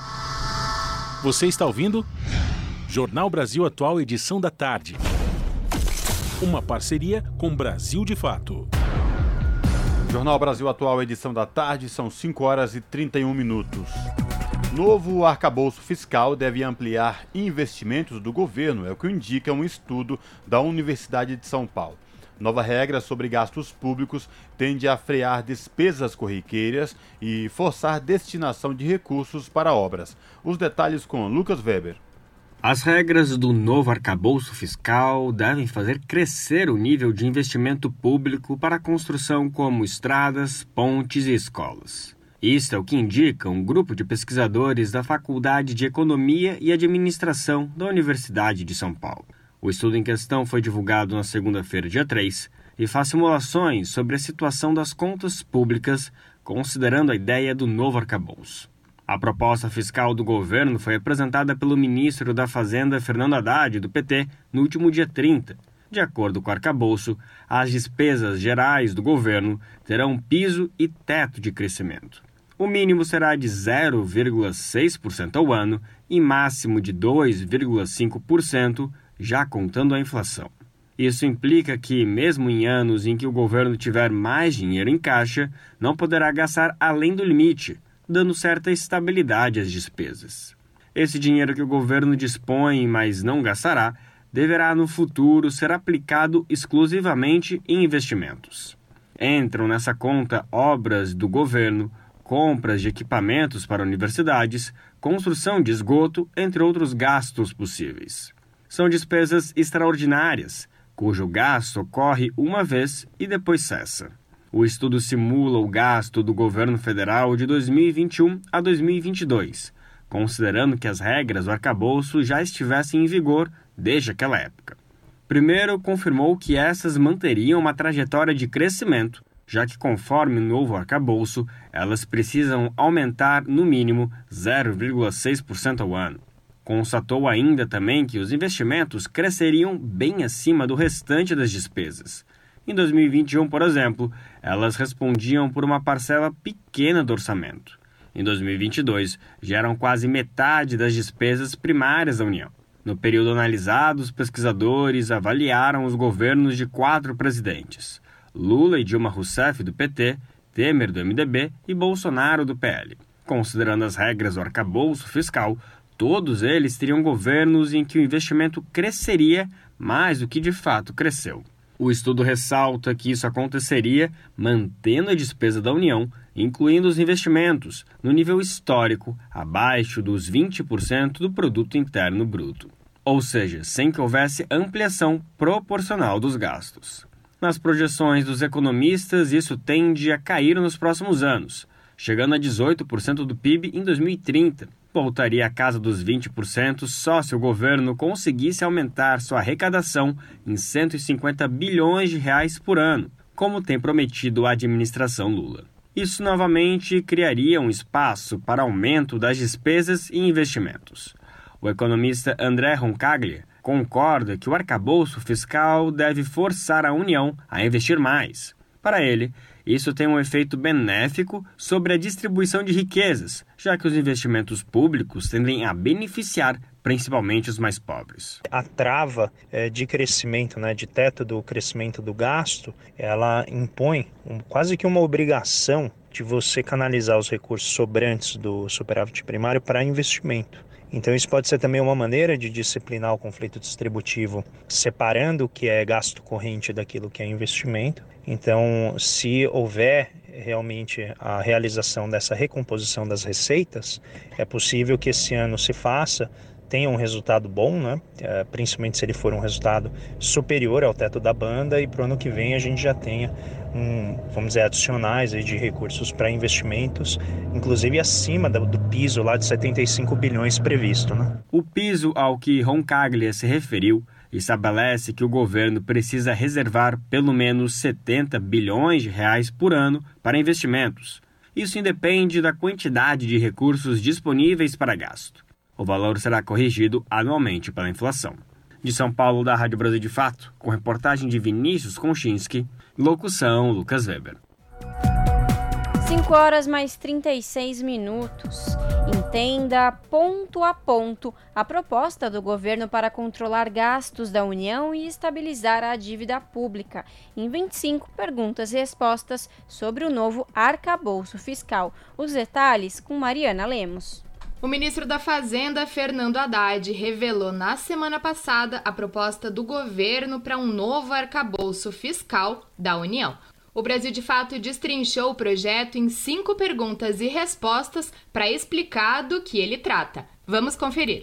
Speaker 2: Você está ouvindo? Jornal Brasil Atual, edição da tarde. Uma parceria com Brasil de Fato.
Speaker 1: Jornal Brasil Atual, edição da tarde, são cinco horas e trinta e um minutos. Novo arcabouço fiscal deve ampliar investimentos do governo, é o que indica um estudo da Universidade de São Paulo. Nova regra sobre gastos públicos tende a frear despesas corriqueiras e forçar destinação de recursos para obras. Os detalhes com Lucas Weber.
Speaker 13: As regras do novo arcabouço fiscal devem fazer crescer o nível de investimento público para a construção como estradas, pontes e escolas. Isso é o que indica um grupo de pesquisadores da Faculdade de Economia e Administração da Universidade de São Paulo. O estudo em questão foi divulgado na segunda-feira, dia três, e faz simulações sobre a situação das contas públicas, considerando a ideia do novo arcabouço. A proposta fiscal do governo foi apresentada pelo ministro da Fazenda, Fernando Haddad, do P T, no último dia trinta. De acordo com o arcabouço, as despesas gerais do governo terão piso e teto de crescimento. O mínimo será de zero vírgula seis por cento ao ano e máximo de dois vírgula cinco por cento, já contando a inflação. Isso implica que, mesmo em anos em que o governo tiver mais dinheiro em caixa, não poderá gastar além do limite, dando certa estabilidade às despesas. Esse dinheiro que o governo dispõe, mas não gastará, deverá no futuro ser aplicado exclusivamente em investimentos. Entram nessa conta obras do governo, compras de equipamentos para universidades, construção de esgoto, entre outros gastos possíveis. São despesas extraordinárias, cujo gasto ocorre uma vez e depois cessa. O estudo simula o gasto do governo federal de dois mil e vinte e um a dois mil e vinte e dois, considerando que as regras do arcabouço já estivessem em vigor desde aquela época. Primeiro, confirmou que essas manteriam uma trajetória de crescimento, já que, conforme o novo arcabouço, elas precisam aumentar, no mínimo, zero vírgula seis por cento ao ano. Constatou ainda também que os investimentos cresceriam bem acima do restante das despesas. Em dois mil e vinte e um, por exemplo, elas respondiam por uma parcela pequena do orçamento. Em dois mil e vinte e dois, já eram quase metade das despesas primárias da União. No período analisado, os pesquisadores avaliaram os governos de quatro presidentes: Lula e Dilma Rousseff, do P T, Temer, do M D B e Bolsonaro, do P L. Considerando as regras do arcabouço fiscal, todos eles teriam governos em que o investimento cresceria mais do que de fato cresceu. O estudo ressalta que isso aconteceria mantendo a despesa da União, incluindo os investimentos, no nível histórico, abaixo dos vinte por cento do produto interno bruto. Ou seja, sem que houvesse ampliação proporcional dos gastos. Nas projeções dos economistas, isso tende a cair nos próximos anos, chegando a dezoito por cento do P I B em dois mil e trinta. Voltaria à casa dos vinte por cento só se o governo conseguisse aumentar sua arrecadação em cento e cinquenta bilhões de reais por ano, como tem prometido a administração Lula. Isso novamente criaria um espaço para aumento das despesas e investimentos. O economista André Roncaglia concorda que o arcabouço fiscal deve forçar a União a investir mais. Para ele, isso tem um efeito benéfico sobre a distribuição de riquezas, já que os investimentos públicos tendem a beneficiar principalmente os mais pobres.
Speaker 14: A trava é, de crescimento, né, de teto do crescimento do gasto, ela impõe um, quase que uma obrigação de você canalizar os recursos sobrantes do superávit primário para investimento. Então isso pode ser também uma maneira de disciplinar o conflito distributivo, separando o que é gasto corrente daquilo que é investimento. Então, se houver realmente a realização dessa recomposição das receitas, é possível que esse ano se faça, tenha um resultado bom, né? É, principalmente se ele for um resultado superior ao teto da banda, e para o ano que vem a gente já tenha um, vamos dizer, adicionais aí de recursos para investimentos, inclusive acima do, do piso lá de setenta e cinco bilhões previsto, né?
Speaker 13: O piso ao que Roncaglia se referiu estabelece que o governo precisa reservar pelo menos setenta bilhões de reais por ano para investimentos. Isso independe da quantidade de recursos disponíveis para gasto. O valor será corrigido anualmente pela inflação. De São Paulo, da Rádio Brasil de Fato, com reportagem de Vinícius Konchinski, locução Lucas Weber.
Speaker 3: cinco horas mais trinta e seis minutos. Entenda ponto a ponto a proposta do governo para controlar gastos da União e estabilizar a dívida pública, em vinte e cinco perguntas e respostas sobre o novo arcabouço fiscal. Os detalhes com Mariana Lemos.
Speaker 15: O ministro da Fazenda, Fernando Haddad, revelou na semana passada a proposta do governo para um novo arcabouço fiscal da União. O Brasil de Fato destrinchou o projeto em cinco perguntas e respostas para explicar do que ele trata. Vamos conferir.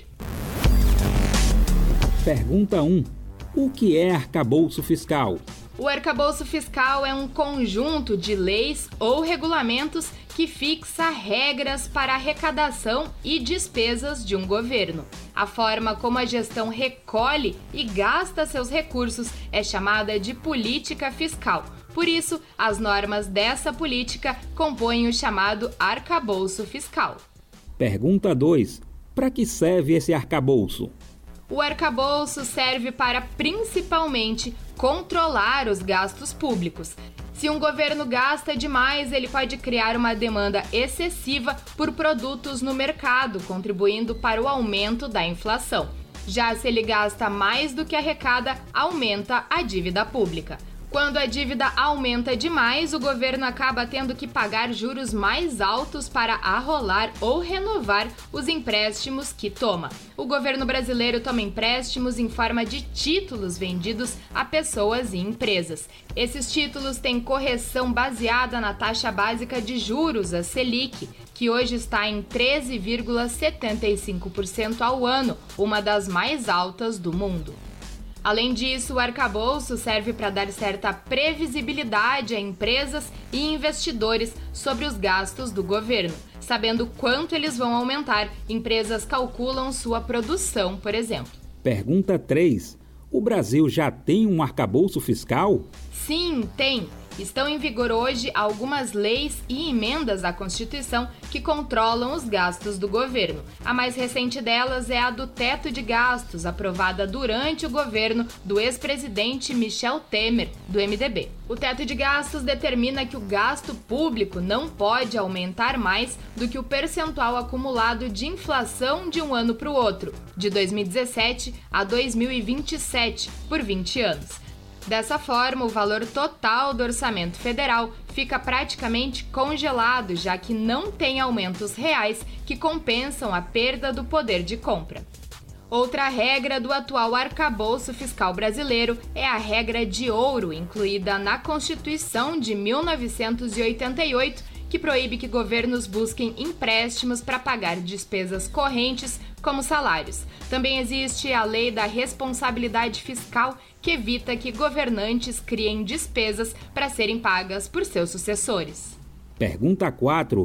Speaker 16: Pergunta um. O que é arcabouço fiscal?
Speaker 15: O arcabouço fiscal é um conjunto de leis ou regulamentos que fixa regras para arrecadação e despesas de um governo. A forma como a gestão recolhe e gasta seus recursos é chamada de política fiscal. Por isso, as normas dessa política compõem o chamado arcabouço fiscal.
Speaker 16: Pergunta dois. Para que serve esse arcabouço?
Speaker 15: O arcabouço serve para, principalmente, controlar os gastos públicos. Se um governo gasta demais, ele pode criar uma demanda excessiva por produtos no mercado, contribuindo para o aumento da inflação. Já se ele gasta mais do que arrecada, aumenta a dívida pública. Quando a dívida aumenta demais, o governo acaba tendo que pagar juros mais altos para arrolar ou renovar os empréstimos que toma. O governo brasileiro toma empréstimos em forma de títulos vendidos a pessoas e empresas. Esses títulos têm correção baseada na taxa básica de juros, a Selic, que hoje está em treze vírgula setenta e cinco por cento ao ano, uma das mais altas do mundo. Além disso, o arcabouço serve para dar certa previsibilidade a empresas e investidores sobre os gastos do governo. Sabendo quanto eles vão aumentar, empresas calculam sua produção, por exemplo.
Speaker 16: Pergunta três. O Brasil já tem um arcabouço fiscal?
Speaker 15: Sim, tem. Estão em vigor hoje algumas leis e emendas à Constituição que controlam os gastos do governo. A mais recente delas é a do teto de gastos, aprovada durante o governo do ex-presidente Michel Temer, do M D B. O teto de gastos determina que o gasto público não pode aumentar mais do que o percentual acumulado de inflação de um ano para o outro, de dois mil e dezessete a dois mil e vinte e sete, por vinte anos. Dessa forma, o valor total do orçamento federal fica praticamente congelado, já que não tem aumentos reais que compensam a perda do poder de compra. Outra regra do atual arcabouço fiscal brasileiro é a regra de ouro, incluída na Constituição de mil novecentos e oitenta e oito, que proíbe que governos busquem empréstimos para pagar despesas correntes, como salários. Também existe a Lei da Responsabilidade Fiscal, que evita que governantes criem despesas para serem pagas por seus sucessores.
Speaker 16: Pergunta quatro.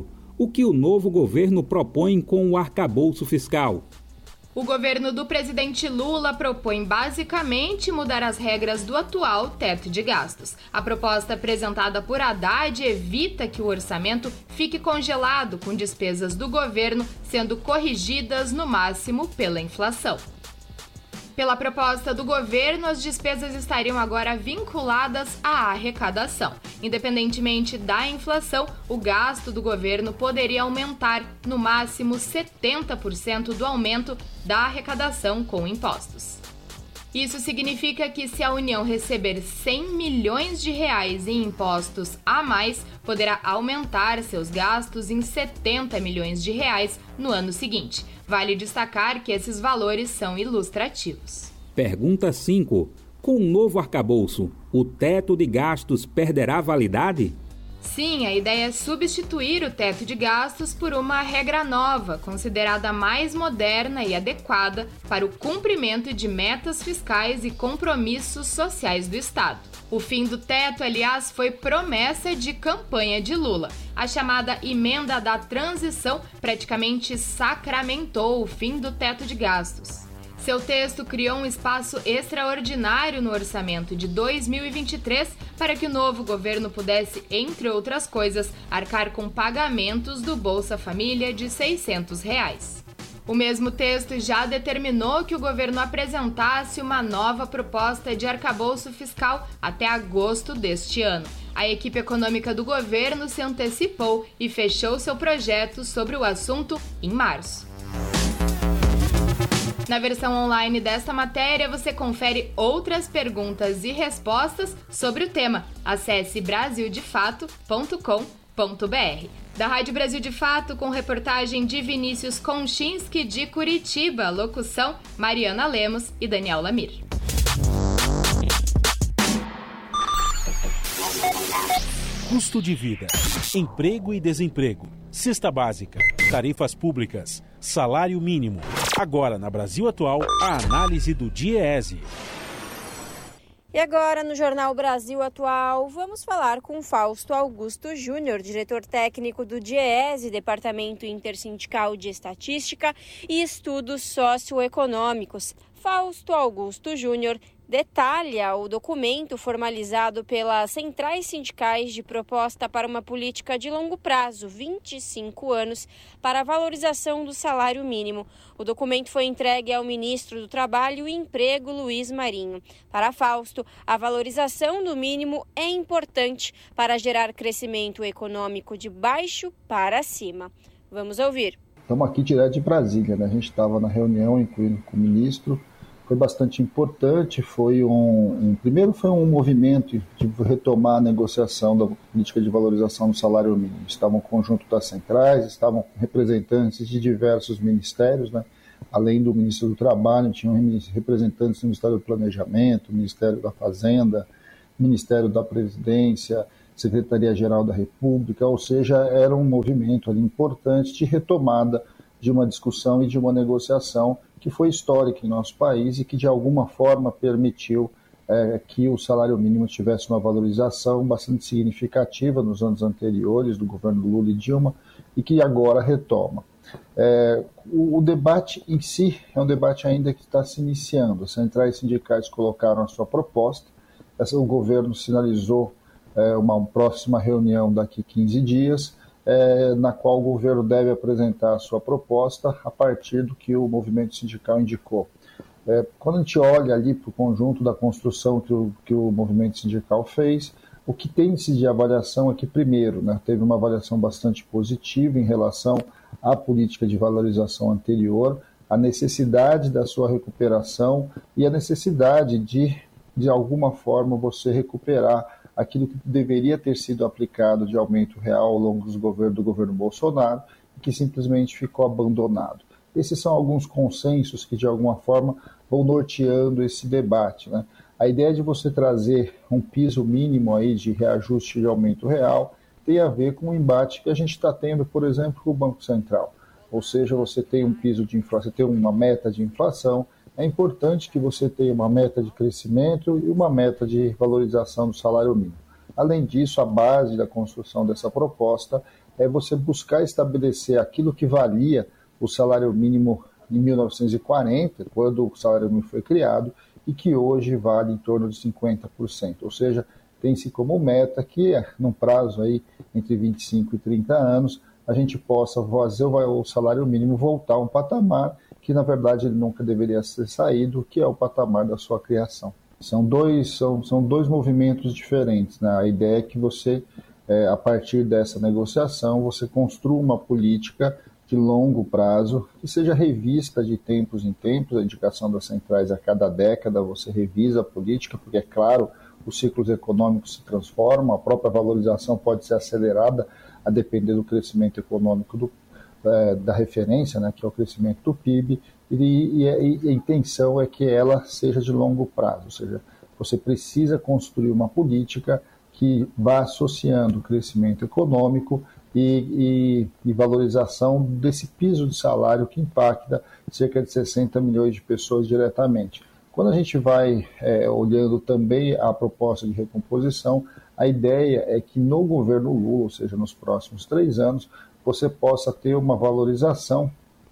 Speaker 16: O que o novo governo propõe com o arcabouço fiscal?
Speaker 15: O governo do presidente Lula propõe basicamente mudar as regras do atual teto de gastos. A proposta apresentada por Haddad evita que o orçamento fique congelado, com despesas do governo sendo corrigidas no máximo pela inflação. Pela proposta do governo, as despesas estariam agora vinculadas à arrecadação. Independentemente da inflação, o gasto do governo poderia aumentar no máximo setenta por cento do aumento da arrecadação com impostos. Isso significa que se a União receber cem milhões de reais em impostos a mais, poderá aumentar seus gastos em setenta milhões de reais no ano seguinte. Vale destacar que esses valores são ilustrativos.
Speaker 16: Pergunta cinco. Com o novo arcabouço, o teto de gastos perderá validade?
Speaker 15: Sim, a ideia é substituir o teto de gastos por uma regra nova, considerada mais moderna e adequada para o cumprimento de metas fiscais e compromissos sociais do Estado. O fim do teto, aliás, foi promessa de campanha de Lula. A chamada emenda da transição praticamente sacramentou o fim do teto de gastos. Seu texto criou um espaço extraordinário no orçamento de dois mil e vinte e três para que o novo governo pudesse, entre outras coisas, arcar com pagamentos do Bolsa Família de seiscentos reais. O mesmo texto já determinou que o governo apresentasse uma nova proposta de arcabouço fiscal até agosto deste ano. A equipe econômica do governo se antecipou e fechou seu projeto sobre o assunto em março. Na versão online desta matéria, você confere outras perguntas e respostas sobre o tema. Acesse brasil de fato ponto com ponto b r. Da Rádio Brasil de Fato, com reportagem de Vinícius Konchinski de Curitiba, locução Mariana Lemos e Daniel Lamir.
Speaker 2: Custo de vida, emprego e desemprego, cesta básica, tarifas públicas, salário mínimo. Agora, na Brasil Atual, a análise do DIEESE.
Speaker 3: E agora, no Jornal Brasil Atual, vamos falar com Fausto Augusto Júnior, diretor técnico do DIEESE, Departamento Intersindical de Estatística e Estudos Socioeconômicos. Fausto Augusto Júnior detalha o documento formalizado pelas centrais sindicais de proposta para uma política de longo prazo, vinte e cinco anos, para a valorização do salário mínimo. O documento foi entregue ao ministro do Trabalho e Emprego, Luiz Marinho. Para Fausto, a valorização do mínimo é importante para gerar crescimento econômico de baixo para cima. Vamos ouvir.
Speaker 17: Estamos aqui direto de Brasília, né? A gente estava na reunião, incluindo com o ministro. Foi bastante importante, foi um, um, primeiro foi um movimento de retomar a negociação da política de valorização do salário mínimo. Estavam o conjunto das centrais, estavam representantes de diversos ministérios, né? Além do Ministro do Trabalho, tinham representantes do Ministério do Planejamento, Ministério da Fazenda, Ministério da Presidência, Secretaria-Geral da República, ou seja, era um movimento ali importante de retomada de uma discussão e de uma negociação que foi histórica em nosso país e que de alguma forma permitiu é, que o salário mínimo tivesse uma valorização bastante significativa nos anos anteriores do governo Lula e Dilma e que agora retoma. É, o, o debate em si é um debate ainda que está se iniciando. As centrais sindicais colocaram a sua proposta, essa, o governo sinalizou é, uma próxima reunião daqui a quinze dias, É, na qual o governo deve apresentar a sua proposta a partir do que o movimento sindical indicou. É, quando a gente olha ali para o conjunto da construção que o, que o movimento sindical fez, o que tem-se de avaliação é que, primeiro, né, teve uma avaliação bastante positiva em relação à política de valorização anterior, a necessidade da sua recuperação e a necessidade de, de alguma forma, você recuperar aquilo que deveria ter sido aplicado de aumento real ao longo dos governos, do governo Bolsonaro, que simplesmente ficou abandonado. Esses são alguns consensos que, de alguma forma, vão norteando esse debate, né? A ideia de você trazer um piso mínimo aí de reajuste de aumento real tem a ver com o embate que a gente está tendo, por exemplo, com o Banco Central. Ou seja, você tem um piso de inflação, você tem uma meta de inflação. É importante que você tenha uma meta de crescimento e uma meta de valorização do salário mínimo. Além disso, a base da construção dessa proposta é você buscar estabelecer aquilo que valia o salário mínimo em mil novecentos e quarenta, quando o salário mínimo foi criado, e que hoje vale em torno de cinquenta por cento. Ou seja, tem-se como meta que, num prazo aí entre vinte e cinco e trinta anos, a gente possa fazer o salário mínimo voltar a um patamar que, na verdade, ele nunca deveria ter saído, que é o patamar da sua criação. São dois, são, são dois movimentos diferentes, né? A ideia é que você, é, a partir dessa negociação, você construa uma política de longo prazo, que seja revista de tempos em tempos. A indicação das centrais a cada década você revisa a política, porque, é claro, os ciclos econômicos se transformam, a própria valorização pode ser acelerada a depender do crescimento econômico do, é, da referência, né, que é o crescimento do P I B, e, e, e a intenção é que ela seja de longo prazo, ou seja, você precisa construir uma política que vá associando o crescimento econômico e, e, e valorização desse piso de salário que impacta cerca de sessenta milhões de pessoas diretamente. Quando a gente vai é, olhando também a proposta de recomposição, a ideia é que no governo Lula, ou seja, nos próximos três anos, você possa ter uma valorização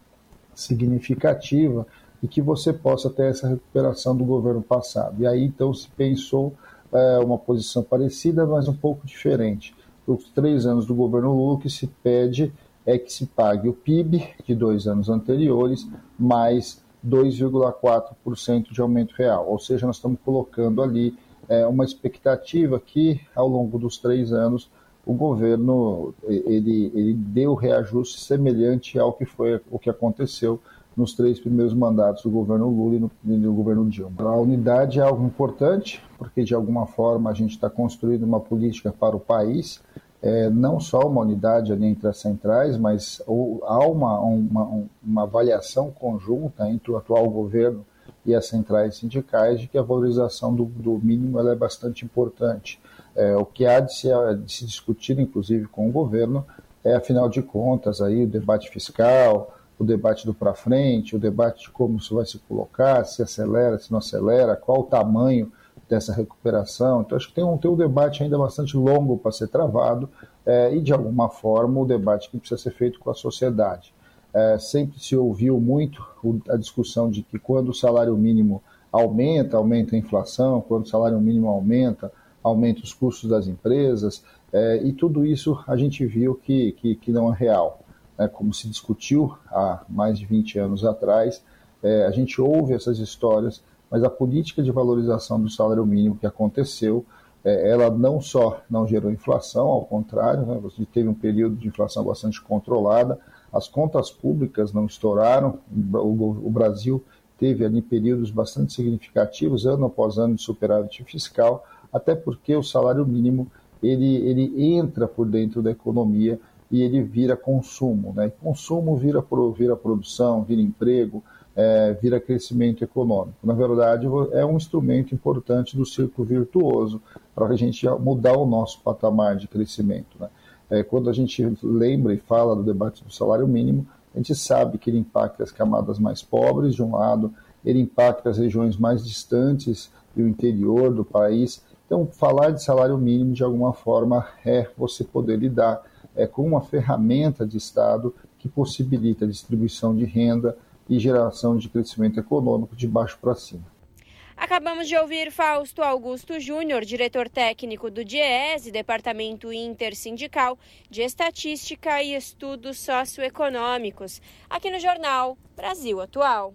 Speaker 17: significativa e que você possa ter essa recuperação do governo passado. E aí, então, se pensou é, uma posição parecida, mas um pouco diferente. Os três anos do governo Lula, o que se pede é que se pague o P I B de dois anos anteriores, mais dois vírgula quatro por cento de aumento real. Ou seja, nós estamos colocando ali é, uma expectativa que, ao longo dos três anos, o governo ele, ele deu reajuste semelhante ao que foi o que aconteceu nos três primeiros mandatos do governo Lula e no, no governo Dilma. A unidade é algo importante, porque de alguma forma a gente está construindo uma política para o país, é, não só uma unidade ali entre as centrais, mas ou, há uma, uma, uma avaliação conjunta entre o atual governo e as centrais sindicais de que a valorização do, do mínimo ela é bastante importante. É, o que há de se, de se discutir, inclusive, com o governo é, afinal de contas, aí, o debate fiscal, o debate do para frente, o debate de como isso vai se colocar, se acelera, se não acelera, qual o tamanho dessa recuperação. Então, acho que tem um, tem um debate ainda bastante longo para ser travado é, e, de alguma forma, o debate que precisa ser feito com a sociedade. É, sempre se ouviu muito a discussão de que quando o salário mínimo aumenta, aumenta a inflação, quando o salário mínimo aumenta, aumenta os custos das empresas, é, e tudo isso a gente viu que, que, que não é real. Né? Como se discutiu há mais de vinte anos atrás, é, a gente ouve essas histórias, mas a política de valorização do salário mínimo que aconteceu, é, ela não só não gerou inflação, ao contrário, né? Você teve um período de inflação bastante controlada, as contas públicas não estouraram, o, o Brasil teve ali períodos bastante significativos, ano após ano, de superávit fiscal, até porque o salário mínimo ele, ele entra por dentro da economia e ele vira consumo, né? E consumo vira, vira produção, vira emprego, é, vira crescimento econômico. Na verdade, é um instrumento importante do círculo virtuoso para a gente mudar o nosso patamar de crescimento, né? É, quando a gente lembra e fala do debate do salário mínimo, a gente sabe que ele impacta as camadas mais pobres, de um lado, ele impacta as regiões mais distantes e o interior do país. Então, falar de salário mínimo, de alguma forma, é você poder lidar é, com uma ferramenta de Estado que possibilita a distribuição de renda e geração de crescimento econômico de baixo para cima.
Speaker 3: Acabamos de ouvir Fausto Augusto Júnior, diretor técnico do DIEESE, Departamento Intersindical de Estatística e Estudos Socioeconômicos, aqui no Jornal Brasil Atual.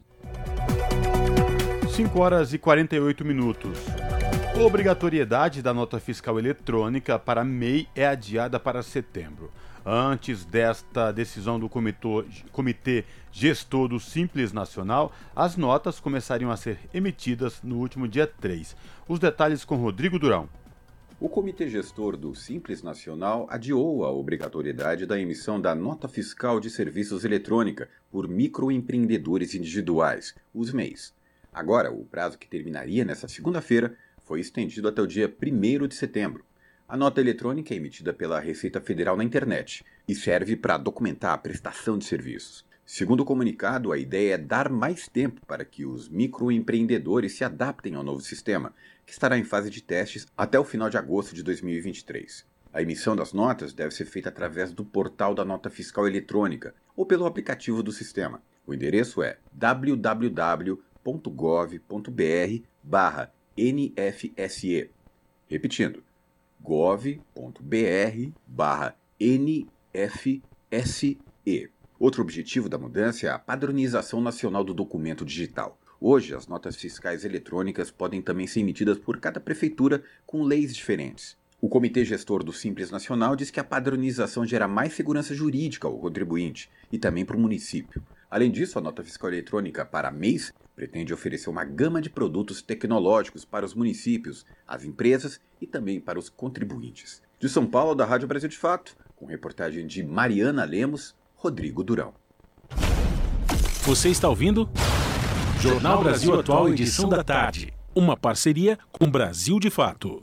Speaker 1: cinco horas e quarenta e oito minutos. A obrigatoriedade da nota fiscal eletrônica para M E I é adiada para setembro. Antes desta decisão do Comitê Gestor do Simples Nacional, as notas começariam a ser emitidas no último dia três. Os detalhes com Rodrigo Durão.
Speaker 18: O Comitê Gestor do Simples Nacional adiou a obrigatoriedade da emissão da Nota Fiscal de Serviços Eletrônica por microempreendedores individuais, os M E Is. Agora, o prazo que terminaria nesta segunda-feira foi estendido até o dia primeiro de setembro. A nota eletrônica é emitida pela Receita Federal na internet e serve para documentar a prestação de serviços. Segundo o comunicado, a ideia é dar mais tempo para que os microempreendedores se adaptem ao novo sistema, que estará em fase de testes até o final de agosto de dois mil e vinte e três. A emissão das notas deve ser feita através do portal da Nota Fiscal Eletrônica ou pelo aplicativo do sistema. O endereço é w w w ponto gov ponto b r barra N F S E. Repetindo, gov ponto b r barra N F S E. Outro objetivo da mudança é a padronização nacional do documento digital. Hoje, as notas fiscais eletrônicas podem também ser emitidas por cada prefeitura com leis diferentes. O Comitê Gestor do Simples Nacional diz que a padronização gera mais segurança jurídica ao contribuinte e também para o município. Além disso, a nota fiscal eletrônica para M E I S pretende oferecer uma gama de produtos tecnológicos para os municípios, as empresas e também para os contribuintes. De São Paulo, da Rádio Brasil de Fato, com reportagem de Mariana Lemos, Rodrigo Durão.
Speaker 2: Você está ouvindo? Jornal Brasil Atual, edição da tarde. Uma parceria com Brasil de Fato.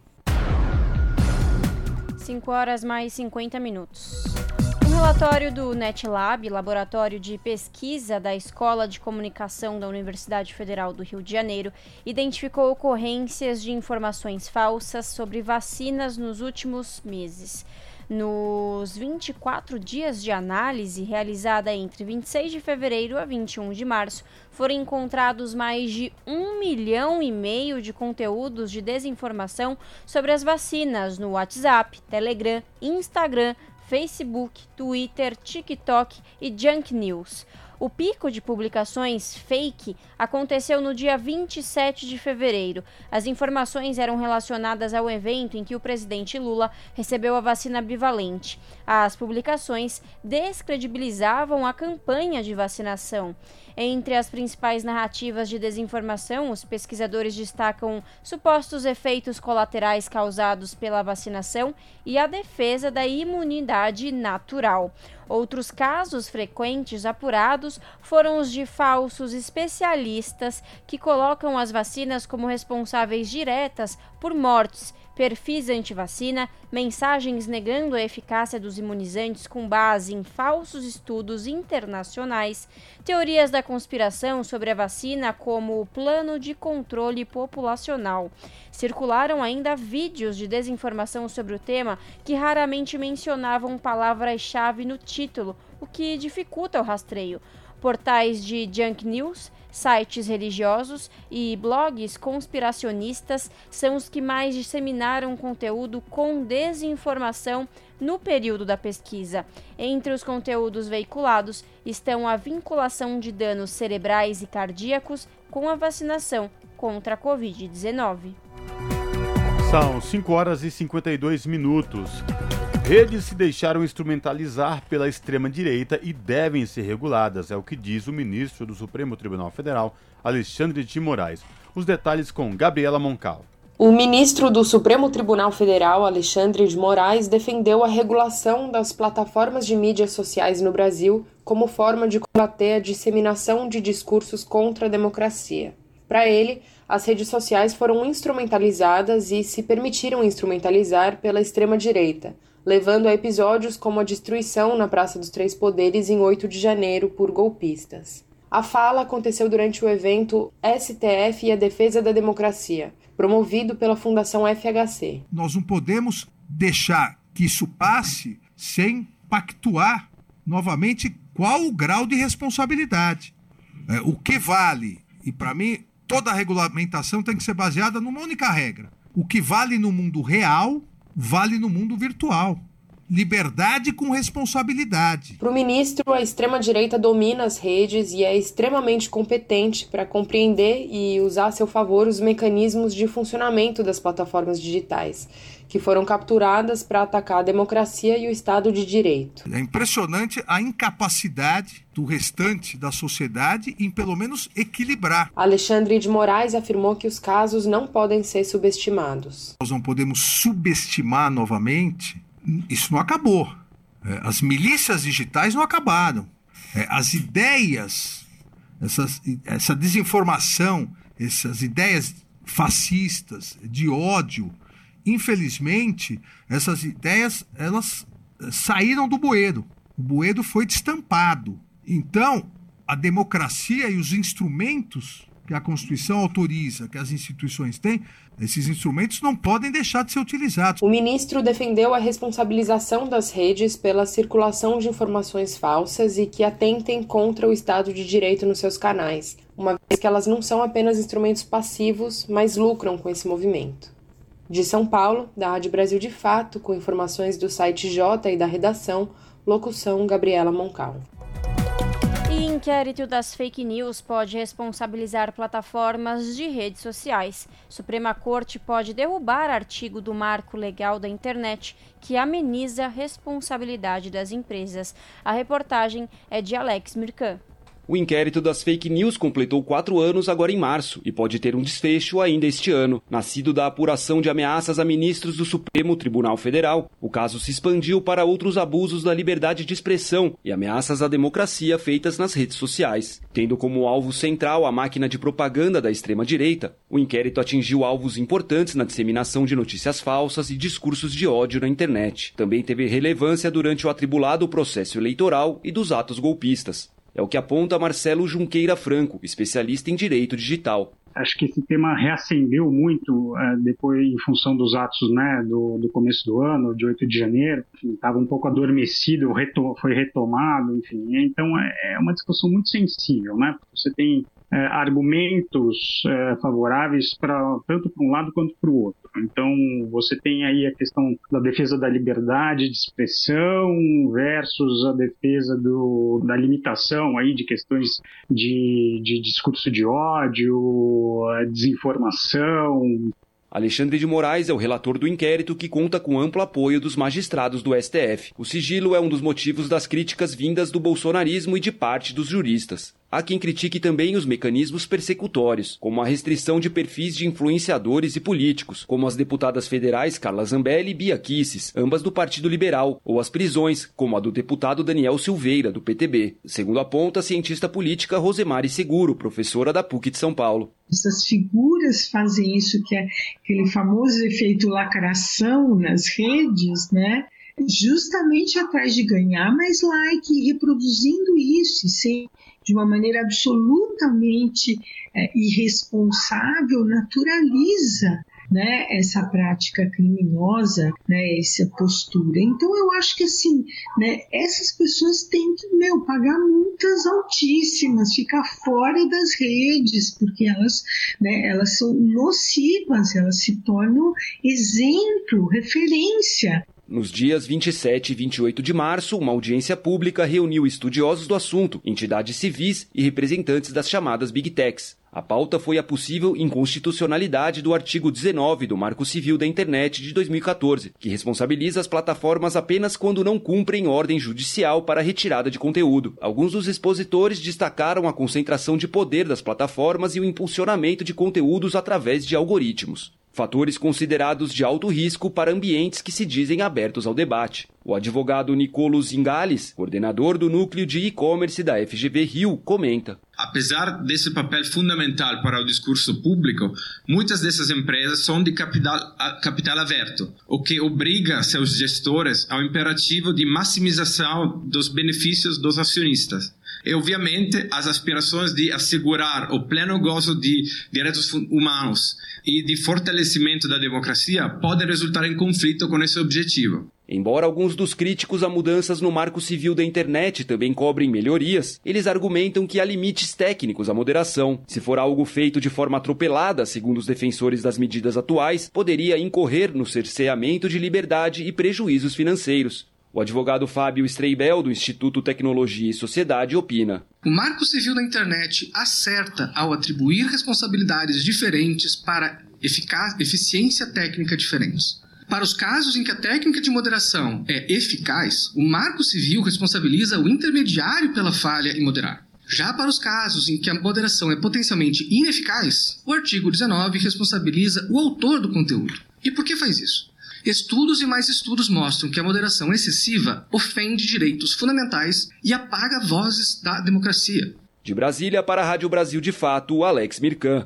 Speaker 3: cinco horas mais cinquenta minutos. Um relatório do NetLab, laboratório de pesquisa da Escola de Comunicação da Universidade Federal do Rio de Janeiro, identificou ocorrências de informações falsas sobre vacinas nos últimos meses. Nos vinte e quatro dias de análise, realizada entre vinte e seis de fevereiro a vinte e um de março, foram encontrados mais de um milhão e meio de conteúdos de desinformação sobre as vacinas no WhatsApp, Telegram, Instagram, Facebook, Twitter, TikTok e Junk News. O pico de publicações fake aconteceu no dia vinte e sete de fevereiro. As informações eram relacionadas ao evento em que o presidente Lula recebeu a vacina bivalente. As publicações descredibilizavam a campanha de vacinação. Entre as principais narrativas de desinformação, os pesquisadores destacam supostos efeitos colaterais causados pela vacinação e a defesa da imunidade natural. Outros casos frequentes apurados foram os de falsos especialistas que colocam as vacinas como responsáveis diretas por mortes, perfis anti-vacina, mensagens negando a eficácia dos imunizantes com base em falsos estudos internacionais, teorias da conspiração sobre a vacina como o plano de controle populacional. Circularam ainda vídeos de desinformação sobre o tema que raramente mencionavam palavras-chave no título, o que dificulta o rastreio. Portais de junk news, sites religiosos e blogs conspiracionistas são os que mais disseminaram conteúdo com desinformação no período da pesquisa. Entre os conteúdos veiculados estão a vinculação de danos cerebrais e cardíacos com a vacinação contra a covid dezenove.
Speaker 1: São cinco horas e cinquenta e dois minutos. Redes se deixaram instrumentalizar pela extrema-direita e devem ser reguladas, é o que diz o ministro do Supremo Tribunal Federal, Alexandre de Moraes. Os detalhes com Gabriela Moncal.
Speaker 19: O ministro do Supremo Tribunal Federal, Alexandre de Moraes, defendeu a regulação das plataformas de mídias sociais no Brasil como forma de combater a disseminação de discursos contra a democracia. Para ele, as redes sociais foram instrumentalizadas e se permitiram instrumentalizar pela extrema-direita, levando a episódios como a destruição na Praça dos Três Poderes em oito de janeiro por golpistas. A fala aconteceu durante o evento S T F e a Defesa da Democracia, promovido pela Fundação F H C.
Speaker 20: Nós não podemos deixar que isso passe sem pactuar novamente qual o grau de responsabilidade. É, o que vale, e para mim toda a regulamentação tem que ser baseada numa única regra. O que vale no mundo real vale no mundo virtual. Liberdade com responsabilidade.
Speaker 19: Para o ministro, a extrema-direita domina as redes e é extremamente competente para compreender e usar a seu favor os mecanismos de funcionamento das plataformas digitais, que foram capturadas para atacar a democracia e o Estado de Direito.
Speaker 20: É impressionante a incapacidade do restante da sociedade em, pelo menos, equilibrar.
Speaker 19: Alexandre de Moraes afirmou que os casos não podem ser subestimados.
Speaker 20: Nós não podemos subestimar novamente. Isso não acabou. As milícias digitais não acabaram. As ideias, essas, essa desinformação, essas ideias fascistas, de ódio, infelizmente, essas ideias elas saíram do bueiro. O bueiro foi destampado. Então, a democracia e os instrumentos que a Constituição autoriza, que as instituições têm, esses instrumentos não podem deixar de ser utilizados.
Speaker 19: O ministro defendeu a responsabilização das redes pela circulação de informações falsas e que atentem contra o Estado de Direito nos seus canais, uma vez que elas não são apenas instrumentos passivos, mas lucram com esse movimento. De São Paulo, da Rádio Brasil de Fato, com informações do site J e da redação, locução Gabriela Moncal.
Speaker 3: E inquérito das fake news pode responsabilizar plataformas de redes sociais. Suprema Corte pode derrubar artigo do Marco Legal da Internet que ameniza a responsabilidade das empresas. A reportagem é de Alex Mirkan.
Speaker 21: O inquérito das fake news completou quatro anos agora em março e pode ter um desfecho ainda este ano. Nascido da apuração de ameaças a ministros do Supremo Tribunal Federal, o caso se expandiu para outros abusos da liberdade de expressão e ameaças à democracia feitas nas redes sociais. Tendo como alvo central a máquina de propaganda da extrema-direita, o inquérito atingiu alvos importantes na disseminação de notícias falsas e discursos de ódio na internet. Também teve relevância durante o atribulado processo eleitoral e dos atos golpistas. É o que aponta Marcelo Junqueira Franco, especialista em direito digital.
Speaker 22: Acho que esse tema reacendeu muito é, depois, em função dos atos, né, do, do começo do ano, de oito de janeiro. Estava um pouco adormecido, reto, foi retomado, enfim. Então é, é uma discussão muito sensível, né? Você tem é, argumentos é, favoráveis pra, tanto para um lado quanto para o outro. Então você tem aí a questão da defesa da liberdade de expressão versus a defesa do, da limitação aí de questões de, de discurso de ódio, desinformação.
Speaker 21: Alexandre de Moraes é o relator do inquérito que conta com amplo apoio dos magistrados do S T F. O sigilo é um dos motivos das críticas vindas do bolsonarismo e de parte dos juristas. Há quem critique também os mecanismos persecutórios, como a restrição de perfis de influenciadores e políticos, como as deputadas federais Carla Zambelli e Bia Kicis, ambas do Partido Liberal, ou as prisões, como a do deputado Daniel Silveira, do P T B. Segundo aponta a cientista política Rosemary Seguro, professora da P U C de São Paulo.
Speaker 23: Essas figuras fazem isso, que é aquele famoso efeito lacração nas redes, né? Justamente atrás de ganhar mais like, reproduzindo isso, e sem, de uma maneira absolutamente é, irresponsável, naturaliza, né, essa prática criminosa, né, essa postura. Então eu acho que assim, né, essas pessoas têm que, meu, pagar multas altíssimas, ficar fora das redes, porque elas, né, elas são nocivas, elas se tornam exemplo, referência.
Speaker 21: Nos dias vinte e sete e vinte e oito de março, uma audiência pública reuniu estudiosos do assunto, entidades civis e representantes das chamadas Big Techs. A pauta foi a possível inconstitucionalidade do artigo dezenove do Marco Civil da Internet de dois mil e quatorze, que responsabiliza as plataformas apenas quando não cumprem ordem judicial para retirada de conteúdo. Alguns dos expositores destacaram a concentração de poder das plataformas e o impulsionamento de conteúdos através de algoritmos. Fatores considerados de alto risco para ambientes que se dizem abertos ao debate. O advogado Nicolo Zingales, coordenador do núcleo de e-commerce da F G V Rio, comenta.
Speaker 24: Apesar desse papel fundamental para o discurso público, muitas dessas empresas são de capital, capital aberto, o que obriga seus gestores ao imperativo de maximização dos benefícios dos acionistas. E, obviamente, as aspirações de assegurar o pleno gozo de direitos humanos e de fortalecimento da democracia podem resultar em conflito com esse objetivo.
Speaker 21: Embora alguns dos críticos a mudanças no Marco Civil da Internet também cobrem melhorias, eles argumentam que há limites técnicos à moderação. Se for algo feito de forma atropelada, segundo os defensores das medidas atuais, poderia incorrer no cerceamento de liberdade e prejuízos financeiros. O advogado Fábio Streibel, do Instituto Tecnologia e Sociedade, opina.
Speaker 25: O Marco Civil da Internet acerta ao atribuir responsabilidades diferentes para eficaz, eficiência técnica diferentes. Para os casos em que a técnica de moderação é eficaz, o Marco Civil responsabiliza o intermediário pela falha em moderar. Já para os casos em que a moderação é potencialmente ineficaz, o artigo dezenove responsabiliza o autor do conteúdo. E por que faz isso? Estudos e mais estudos mostram que a moderação excessiva ofende direitos fundamentais e apaga vozes da democracia.
Speaker 21: De Brasília, para a Rádio Brasil de Fato, Alex Mirkan.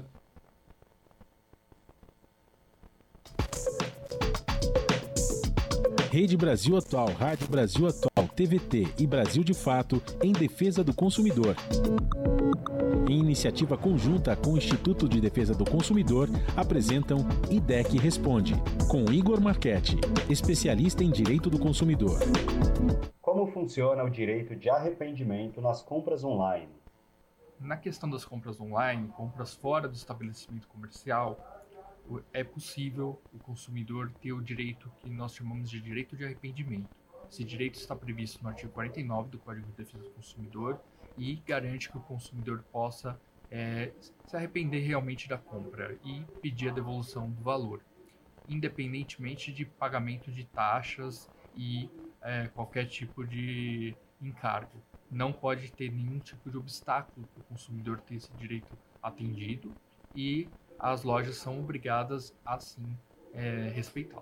Speaker 2: Rede Brasil Atual, Rádio Brasil Atual, T V T e Brasil de Fato em defesa do consumidor. Em iniciativa conjunta com o Instituto de Defesa do Consumidor, apresentam I D E C Responde, com Igor Marchetti, especialista em direito do consumidor.
Speaker 4: Como funciona o direito de arrependimento nas compras online?
Speaker 5: Na questão das compras online, compras fora do estabelecimento comercial, é possível o consumidor ter o direito que nós chamamos de direito de arrependimento. Esse direito está previsto no artigo quarenta e nove do Código de Defesa do Consumidor e garante que o consumidor possa é, se arrepender realmente da compra e pedir a devolução do valor, independentemente de pagamento de taxas e é, qualquer tipo de encargo. Não pode ter nenhum tipo de obstáculo para o consumidor ter esse direito atendido e as lojas são obrigadas a, sim, é, respeitá-lo.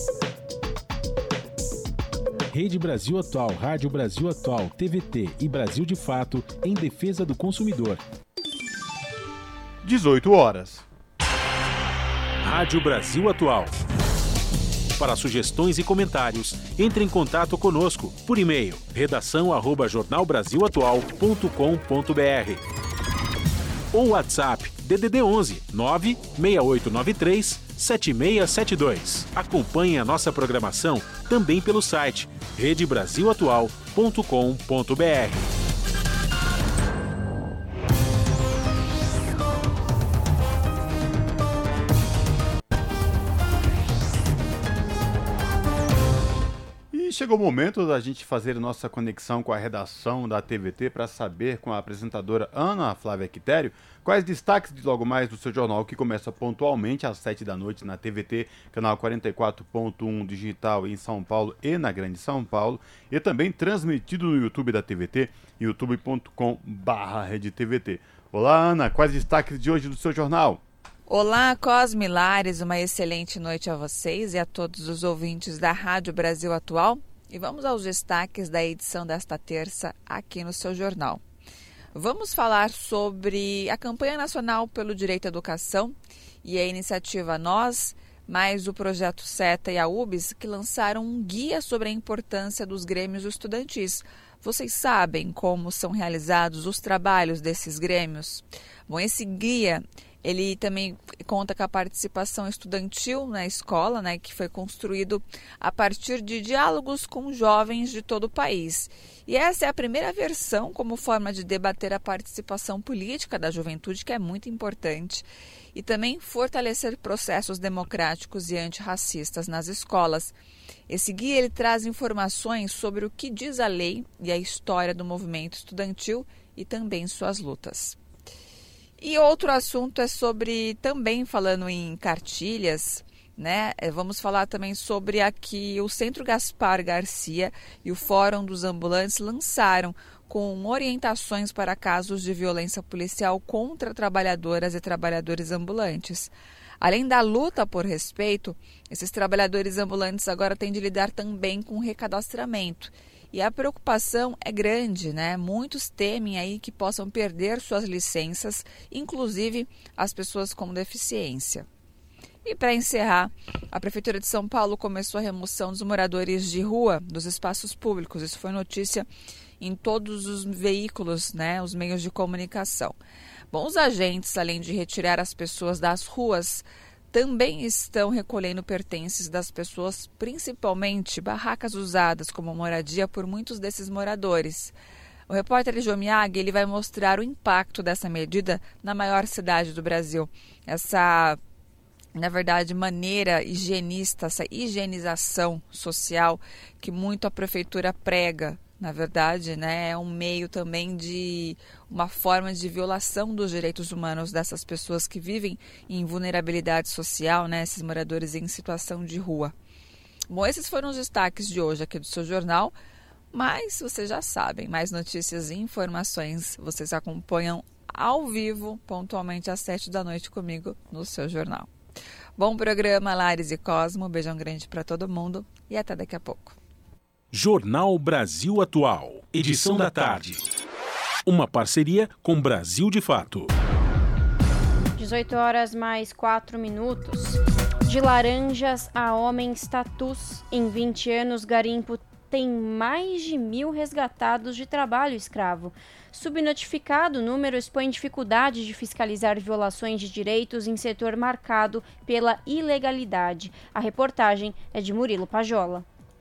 Speaker 2: Rede Brasil Atual, Rádio Brasil Atual, T V T e Brasil de Fato em defesa do consumidor.
Speaker 1: dezoito horas.
Speaker 2: Rádio Brasil Atual. Para sugestões e comentários, entre em contato conosco por e-mail redação arroba jornal brasil atual ponto com ponto br ou WhatsApp D D D onze nove seis oito nove três sete seis sete dois. Acompanhe a nossa programação também pelo site rede brasil atual ponto com ponto br.
Speaker 1: Chegou o momento da gente fazer nossa conexão com a redação da T V T para saber com a apresentadora Ana Flávia Quitério quais destaques de logo mais do seu jornal, que começa pontualmente às sete da noite na T V T, canal quarenta e quatro ponto um digital em São Paulo e na Grande São Paulo, e também transmitido no YouTube da T V T, youtube ponto com barra rede T V T. Olá, Ana, quais destaques de hoje do seu jornal?
Speaker 6: Olá, Cosme Lares, uma excelente noite a vocês e a todos os ouvintes da Rádio Brasil Atual. E vamos aos destaques da edição desta terça aqui no seu jornal. Vamos falar sobre a campanha nacional pelo direito à educação e a iniciativa Nós, mais o projeto SETA e a U B S, que lançaram um guia sobre a importância dos grêmios estudantis. Vocês sabem como são realizados os trabalhos desses grêmios? Bom, esse guia ele também conta com a participação estudantil na escola, né, que foi construído a partir de diálogos com jovens de todo o país. E essa é a primeira versão como forma de debater a participação política da juventude, que é muito importante, e também fortalecer processos democráticos e antirracistas nas escolas. Esse guia ele traz informações sobre o que diz a lei e a história do movimento estudantil e também suas lutas. E outro assunto é sobre, também falando em cartilhas, né? Vamos falar também sobre aqui o Centro Gaspar Garcia e o Fórum dos Ambulantes lançaram com orientações para casos de violência policial contra trabalhadoras e trabalhadores ambulantes. Além da luta por respeito, esses trabalhadores ambulantes agora têm de lidar também com recadastramento. E a preocupação é grande, né? Muitos temem aí que possam perder suas licenças, inclusive as pessoas com deficiência. E para encerrar, a Prefeitura de São Paulo começou a remoção dos moradores de rua dos espaços públicos. Isso foi notícia em todos os veículos, né? Os meios de comunicação. Bom, os agentes, além de retirar as pessoas das ruas, também estão recolhendo pertences das pessoas, principalmente barracas usadas como moradia por muitos desses moradores. O repórter João Miyagi, ele vai mostrar o impacto dessa medida na maior cidade do Brasil. Essa, na verdade, maneira higienista, essa higienização social que muito a prefeitura prega. Na verdade, né, é um meio também de uma forma de violação dos direitos humanos dessas pessoas que vivem em vulnerabilidade social, né, esses moradores em situação de rua. Bom, esses foram os destaques de hoje aqui do seu jornal, mas vocês já sabem, mais notícias e informações vocês acompanham ao vivo, pontualmente às sete da noite comigo no seu jornal. Bom programa, Lares e Cosmo, beijão grande para todo mundo e até daqui a pouco.
Speaker 2: Jornal Brasil Atual, edição da tarde. Uma parceria com Brasil de Fato.
Speaker 3: dezoito horas mais quatro minutos. De laranjas a homens tatus, em vinte anos, garimpo tem mais de mil resgatados de trabalho escravo. Subnotificado, o número expõe dificuldade de fiscalizar violações de direitos em setor marcado pela ilegalidade. A reportagem é de Murilo Pajola.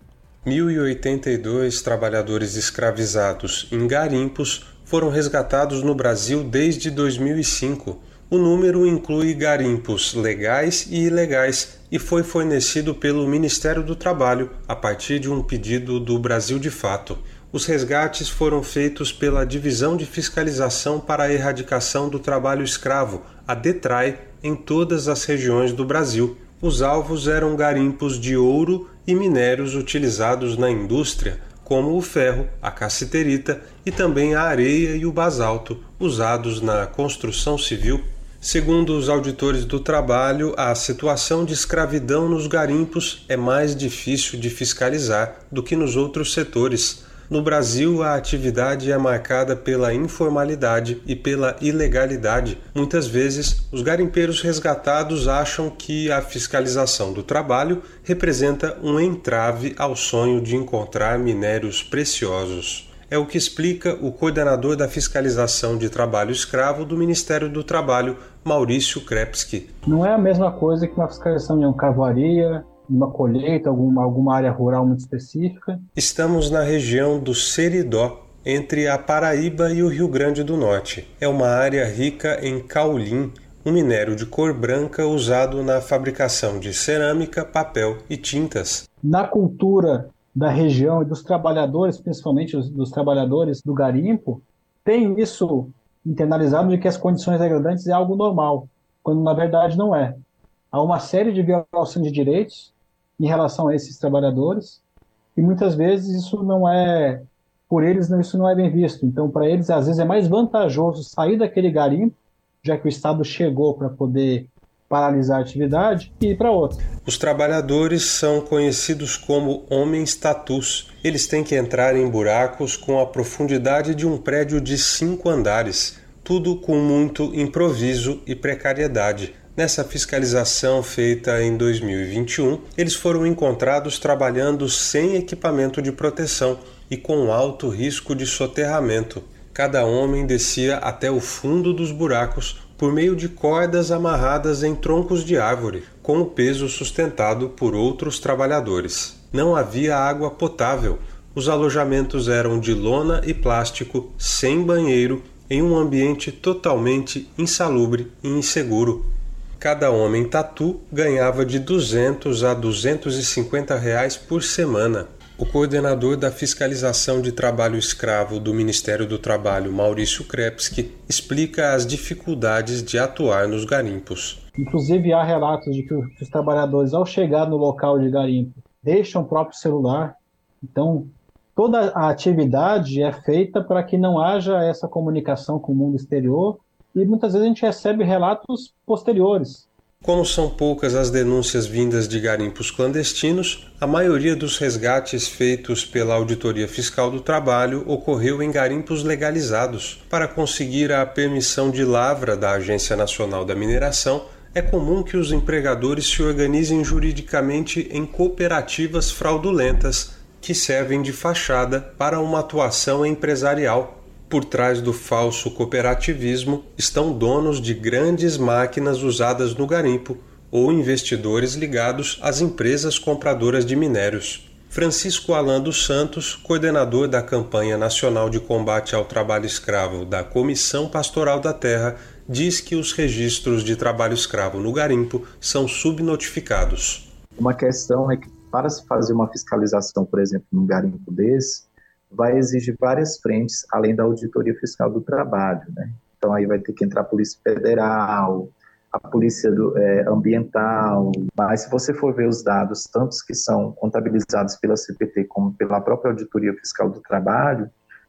Speaker 7: mil e oitenta e dois trabalhadores escravizados em garimpos foram resgatados no Brasil desde dois mil e cinco. O número inclui garimpos legais e ilegais e foi fornecido pelo Ministério do Trabalho a partir de um pedido do Brasil de Fato. Os resgates foram feitos pela Divisão de Fiscalização para a Erradicação do Trabalho Escravo, a DETRAI, em todas as regiões do Brasil. Os alvos eram garimpos de ouro e minérios utilizados na indústria, como o ferro, a cassiterita e também a areia e o basalto, usados na construção civil. Segundo os auditores do trabalho, a situação de escravidão nos garimpos é mais difícil de fiscalizar do que nos outros setores. No Brasil, a atividade é marcada pela informalidade e pela ilegalidade. Muitas vezes, os garimpeiros resgatados acham que a fiscalização do trabalho representa um entrave ao sonho de encontrar minérios preciosos. É o que explica o coordenador da fiscalização de trabalho escravo do Ministério do Trabalho, Maurício Krepski.
Speaker 8: Não é a mesma coisa que uma fiscalização de uma carvoaria, uma colheita, alguma, alguma área rural muito específica.
Speaker 7: Estamos na região do Seridó, entre a Paraíba e o Rio Grande do Norte. É uma área rica em caulim, um minério de cor branca usado na fabricação de cerâmica, papel e tintas.
Speaker 8: Na cultura da região e dos trabalhadores, principalmente os, dos trabalhadores do garimpo, tem isso internalizado de que as condições degradantes é algo normal, quando na verdade não é. Há uma série de violações de direitos em relação a esses trabalhadores e muitas vezes isso não é, por eles isso não é bem visto. Então, para eles, às vezes é mais vantajoso sair daquele garimpo, já que o Estado chegou para poder paralisar a atividade, e ir para outra.
Speaker 7: Os trabalhadores são conhecidos como homens tatus. Eles têm que entrar em buracos com a profundidade de um prédio de cinco andares, tudo com muito improviso e precariedade. Nessa fiscalização feita em dois mil e vinte e um, eles foram encontrados trabalhando sem equipamento de proteção e com alto risco de soterramento. Cada homem descia até o fundo dos buracos por meio de cordas amarradas em troncos de árvore, com o peso sustentado por outros trabalhadores. Não havia água potável. Os alojamentos eram de lona e plástico, sem banheiro, em um ambiente totalmente insalubre e inseguro. Cada homem tatu ganhava de duzentos a duzentos e cinquenta reais por semana. O coordenador da fiscalização de trabalho escravo do Ministério do Trabalho, Maurício Krepski, explica as dificuldades de atuar nos garimpos.
Speaker 8: Inclusive, há relatos de que os trabalhadores, ao chegar no local de garimpo, deixam o próprio celular. Então, toda a atividade é feita para que não haja essa comunicação com o mundo exterior e muitas vezes a gente recebe relatos posteriores.
Speaker 7: Como são poucas as denúncias vindas de garimpos clandestinos, a maioria dos resgates feitos pela Auditoria Fiscal do Trabalho ocorreu em garimpos legalizados. Para conseguir a permissão de lavra da Agência Nacional da Mineração, é comum que os empregadores se organizem juridicamente em cooperativas fraudulentas, que servem de fachada para uma atuação empresarial. Por trás do falso cooperativismo estão donos de grandes máquinas usadas no garimpo ou investidores ligados às empresas compradoras de minérios. Francisco Alan dos Santos, coordenador da Campanha Nacional de Combate ao Trabalho Escravo da Comissão Pastoral da Terra, diz que os registros de trabalho escravo no garimpo são subnotificados.
Speaker 9: Uma questão é que para se fazer uma fiscalização, por exemplo, num garimpo desse, vai exigir várias frentes, além da Auditoria Fiscal do Trabalho, né? Então aí vai ter que entrar a Polícia Federal, a Polícia do, é, Ambiental, mas se você for ver os dados, tantos que são contabilizados pela C P T como pela própria Auditoria Fiscal do Trabalho,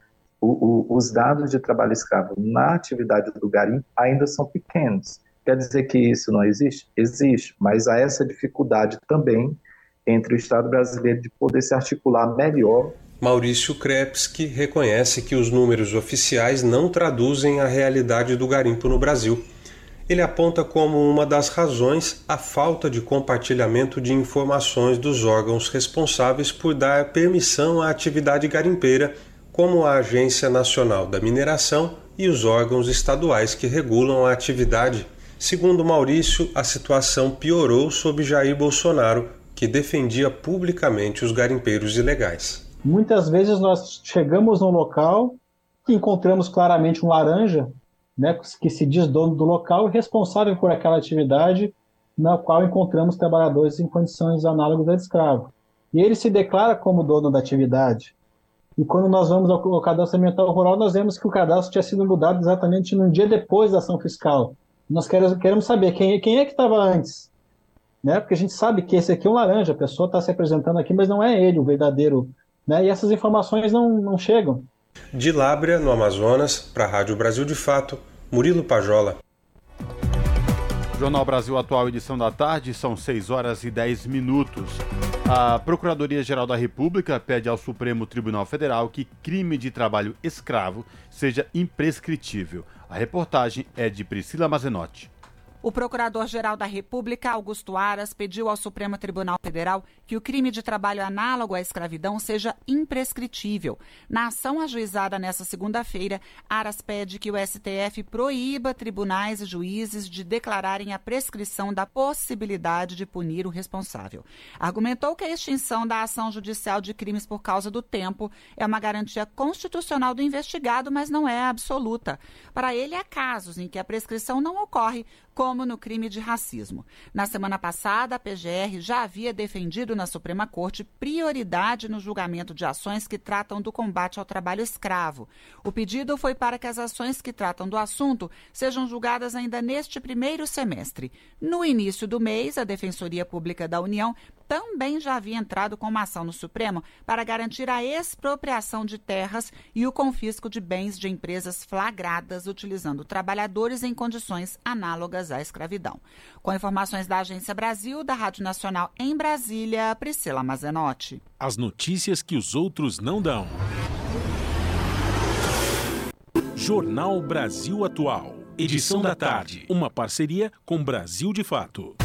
Speaker 9: o, o, os dados de trabalho escravo na atividade do garimpo ainda são pequenos. Quer dizer que isso não existe? Existe, mas há essa dificuldade também entre o Estado brasileiro de poder se articular melhor.
Speaker 7: Maurício Krepski reconhece que os números oficiais não traduzem a realidade do garimpo no Brasil. Ele aponta como uma das razões a falta de compartilhamento de informações dos órgãos responsáveis por dar permissão à atividade garimpeira, como a Agência Nacional da Mineração e os órgãos estaduais que regulam a atividade. Segundo Maurício, a situação piorou sob Jair Bolsonaro, que defendia publicamente os garimpeiros ilegais.
Speaker 8: Muitas vezes nós chegamos no local e encontramos claramente um laranja, né, que se diz dono do local e responsável por aquela atividade na qual encontramos trabalhadores em condições análogas a de escravo. E ele se declara como dono da atividade. E quando nós vamos ao cadastro ambiental rural, nós vemos que o cadastro tinha sido mudado exatamente num dia depois da ação fiscal. Nós queremos, queremos saber quem, quem é que estava antes. Né? Porque a gente sabe que esse aqui é um laranja, a pessoa está se apresentando aqui, mas não é ele o verdadeiro. Né? E essas informações não, não chegam.
Speaker 7: De Lábrea, no Amazonas, para a Rádio Brasil de Fato, Murilo Pajola.
Speaker 1: Jornal Brasil Atual, edição da tarde, são seis horas e dez minutos. A Procuradoria-Geral da República pede ao Supremo Tribunal Federal que crime de trabalho escravo seja imprescritível. A reportagem é de Priscila Mazenotti.
Speaker 10: O Procurador-Geral da República, Augusto Aras, pediu ao Supremo Tribunal Federal que o crime de trabalho análogo à escravidão seja imprescritível. Na ação ajuizada nesta segunda-feira, Aras pede que o S T F proíba tribunais e juízes de declararem a prescrição da possibilidade de punir o responsável. Argumentou que a extinção da ação judicial de crimes por causa do tempo é uma garantia constitucional do investigado, mas não é absoluta. Para ele, há casos em que a prescrição não ocorre, como no crime de racismo. Na semana passada, a P G R já havia defendido na Suprema Corte prioridade no julgamento de ações que tratam do combate ao trabalho escravo. O pedido foi para que as ações que tratam do assunto sejam julgadas ainda neste primeiro semestre. No início do mês, a Defensoria Pública da União também já havia entrado com uma ação no Supremo para garantir a expropriação de terras e o confisco de bens de empresas flagradas utilizando trabalhadores em condições análogas à escravidão. Com informações da Agência Brasil, da Rádio Nacional em Brasília, Priscila Mazenotti.
Speaker 2: As notícias que os outros não dão. Jornal Brasil Atual. Edição da tarde. Uma parceria com Brasil de Fato.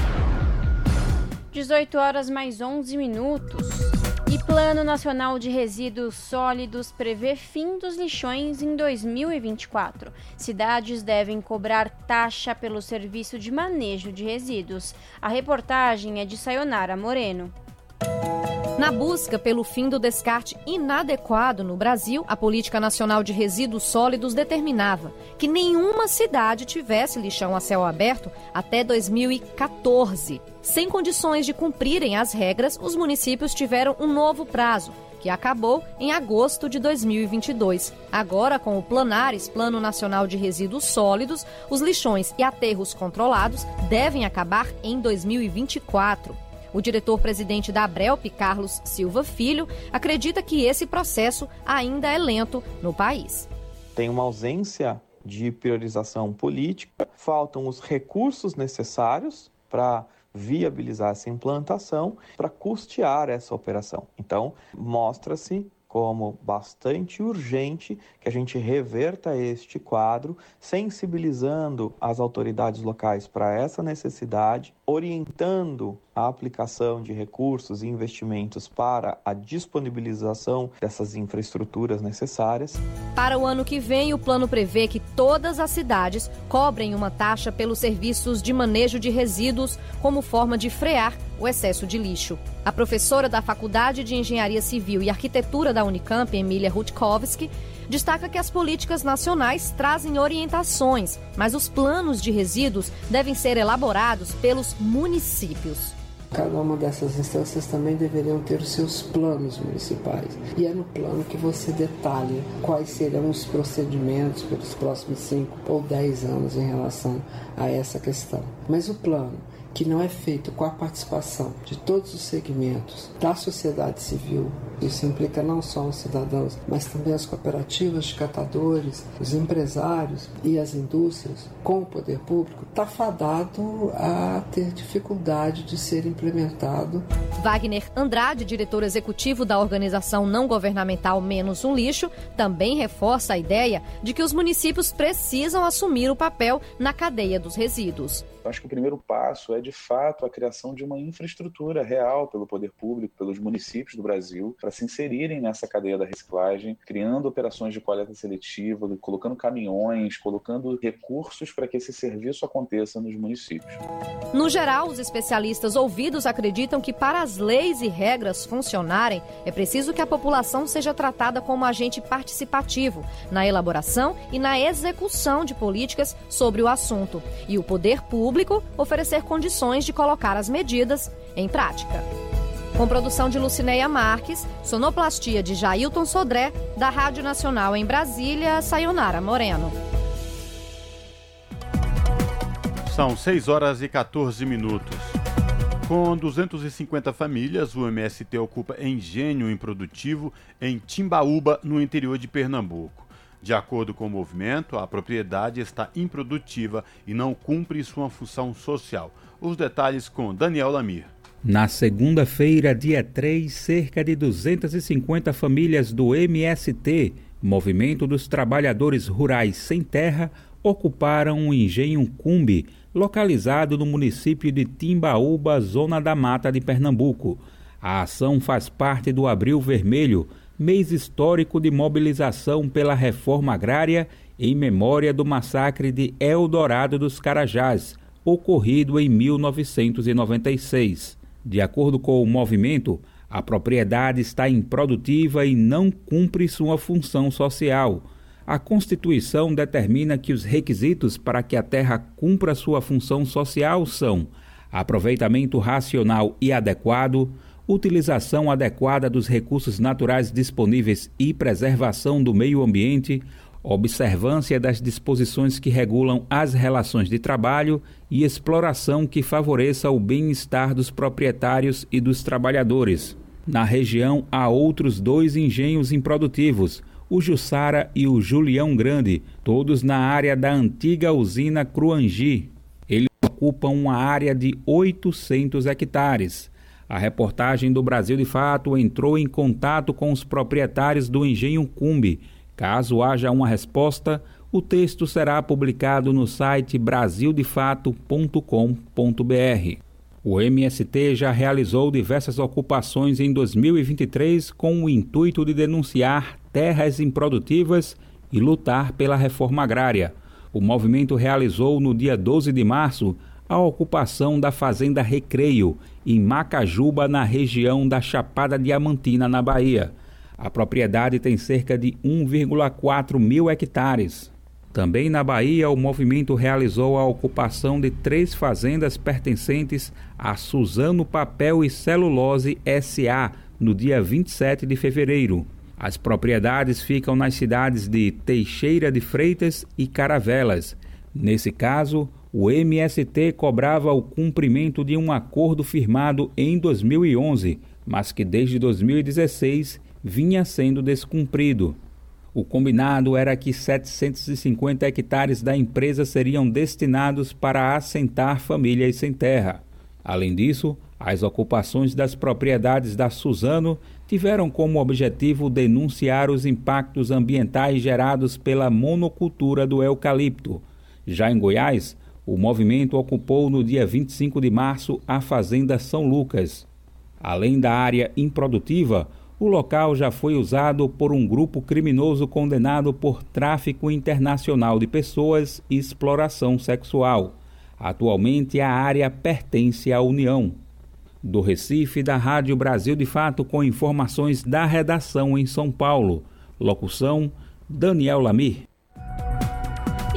Speaker 3: dezoito horas mais onze minutos. E Plano Nacional de Resíduos Sólidos prevê fim dos lixões em dois mil e vinte e quatro. Cidades devem cobrar taxa pelo serviço de manejo de resíduos. A reportagem é de Sayonara Moreno.
Speaker 11: Na busca pelo fim do descarte inadequado no Brasil, a Política Nacional de Resíduos Sólidos determinava que nenhuma cidade tivesse lixão a céu aberto até dois mil e quatorze. Sem condições de cumprirem as regras, os municípios tiveram um novo prazo, que acabou em agosto de dois mil e vinte e dois. Agora, com o Planares, Plano Nacional de Resíduos Sólidos, os lixões e aterros controlados devem acabar em dois mil e vinte e quatro. O diretor-presidente da Abrelp, Carlos Silva Filho, acredita que esse processo ainda é lento no país.
Speaker 12: Tem uma ausência de priorização política, faltam os recursos necessários para viabilizar essa implantação, para custear essa operação. Então, mostra-se como bastante urgente que a gente reverta este quadro, sensibilizando as autoridades locais para essa necessidade, orientando a aplicação de recursos e investimentos para a disponibilização dessas infraestruturas necessárias.
Speaker 11: Para o ano que vem, o plano prevê que todas as cidades cobrem uma taxa pelos serviços de manejo de resíduos como forma de frear o excesso de lixo. A professora da Faculdade de Engenharia Civil e Arquitetura da Unicamp, Emília Rutkowski, destaca que as políticas nacionais trazem orientações, mas os planos de resíduos devem ser elaborados pelos municípios.
Speaker 13: Cada uma dessas instâncias também deveriam ter os seus planos municipais. E é no plano que você detalha quais serão os procedimentos pelos próximos cinco ou dez anos em relação a essa questão. Mas o plano, que não é feito com a participação de todos os segmentos da sociedade civil, isso implica não só os cidadãos, mas também as cooperativas de catadores, os empresários e as indústrias, com o poder público, está fadado a ter dificuldade de ser implementado.
Speaker 11: Wagner Andrade, diretor executivo da organização não governamental Menos um Lixo, também reforça a ideia de que os municípios precisam assumir o papel na cadeia dos resíduos.
Speaker 14: Eu acho que o primeiro passo é, de fato, a criação de uma infraestrutura real pelo poder público, pelos municípios do Brasil, para se inserirem nessa cadeia da reciclagem, criando operações de coleta seletiva, colocando caminhões, colocando recursos para que esse serviço aconteça nos municípios.
Speaker 11: No geral, os especialistas ouvidos acreditam que para as leis e regras funcionarem, é preciso que a população seja tratada como agente participativo na elaboração e na execução de políticas sobre o assunto, e o poder público oferecer condições de colocar as medidas em prática. Com produção de Lucinéia Marques, sonoplastia de Jailton Sodré, da Rádio Nacional em Brasília, Sayonara Moreno.
Speaker 1: São seis horas e quatorze minutos. Com duzentas e cinquenta famílias, o M S T ocupa engenho improdutivo em Timbaúba, no interior de Pernambuco. De acordo com o movimento, a propriedade está improdutiva e não cumpre sua função social. Os detalhes com Daniel Lamir.
Speaker 15: Na segunda-feira, dia três, cerca de duzentas e cinquenta famílias do M S T, Movimento dos Trabalhadores Rurais Sem Terra, ocuparam um engenho Cumbe, localizado no município de Timbaúba, zona da Mata de Pernambuco. A ação faz parte do Abril Vermelho, mês histórico de mobilização pela reforma agrária em memória do massacre de Eldorado dos Carajás, ocorrido em mil novecentos e noventa e seis. De acordo com o movimento, a propriedade está improdutiva e não cumpre sua função social. A Constituição determina que os requisitos para que a terra cumpra sua função social são aproveitamento racional e adequado, utilização adequada dos recursos naturais disponíveis e preservação do meio ambiente, observância das disposições que regulam as relações de trabalho e exploração que favoreça o bem-estar dos proprietários e dos trabalhadores. Na região há outros dois engenhos improdutivos, o Jussara e o Julião Grande, todos na área da antiga usina Cruangi. Eles ocupam uma área de oitocentos hectares. A reportagem do Brasil de Fato entrou em contato com os proprietários do engenho Cumbe. Caso haja uma resposta, o texto será publicado no site brasil de fato ponto com ponto b r. O M S T já realizou diversas ocupações em dois mil e vinte e três com o intuito de denunciar terras improdutivas e lutar pela reforma agrária. O movimento realizou no dia doze de março a ocupação da Fazenda Recreio, em Macajuba, na região da Chapada Diamantina, na Bahia. A propriedade tem cerca de um vírgula quatro mil hectares. Também na Bahia, o movimento realizou a ocupação de três fazendas pertencentes a Suzano Papel e Celulose S A no dia vinte e sete de fevereiro. As propriedades ficam nas cidades de Teixeira de Freitas e Caravelas. Nesse caso, o M S T cobrava o cumprimento de um acordo firmado em dois mil e onze, mas que desde dois mil e dezesseis vinha sendo descumprido. O combinado era que setecentos e cinquenta hectares da empresa seriam destinados para assentar famílias sem terra. Além disso, as ocupações das propriedades da Suzano tiveram como objetivo denunciar os impactos ambientais gerados pela monocultura do eucalipto. Já em Goiás, o movimento ocupou no dia vinte e cinco de março a Fazenda São Lucas. Além da área improdutiva, o local já foi usado por um grupo criminoso condenado por tráfico internacional de pessoas e exploração sexual. Atualmente, a área pertence à União. Do Recife, da Rádio Brasil de Fato, com informações da redação em São Paulo. Locução, Daniel Lamir.
Speaker 11: E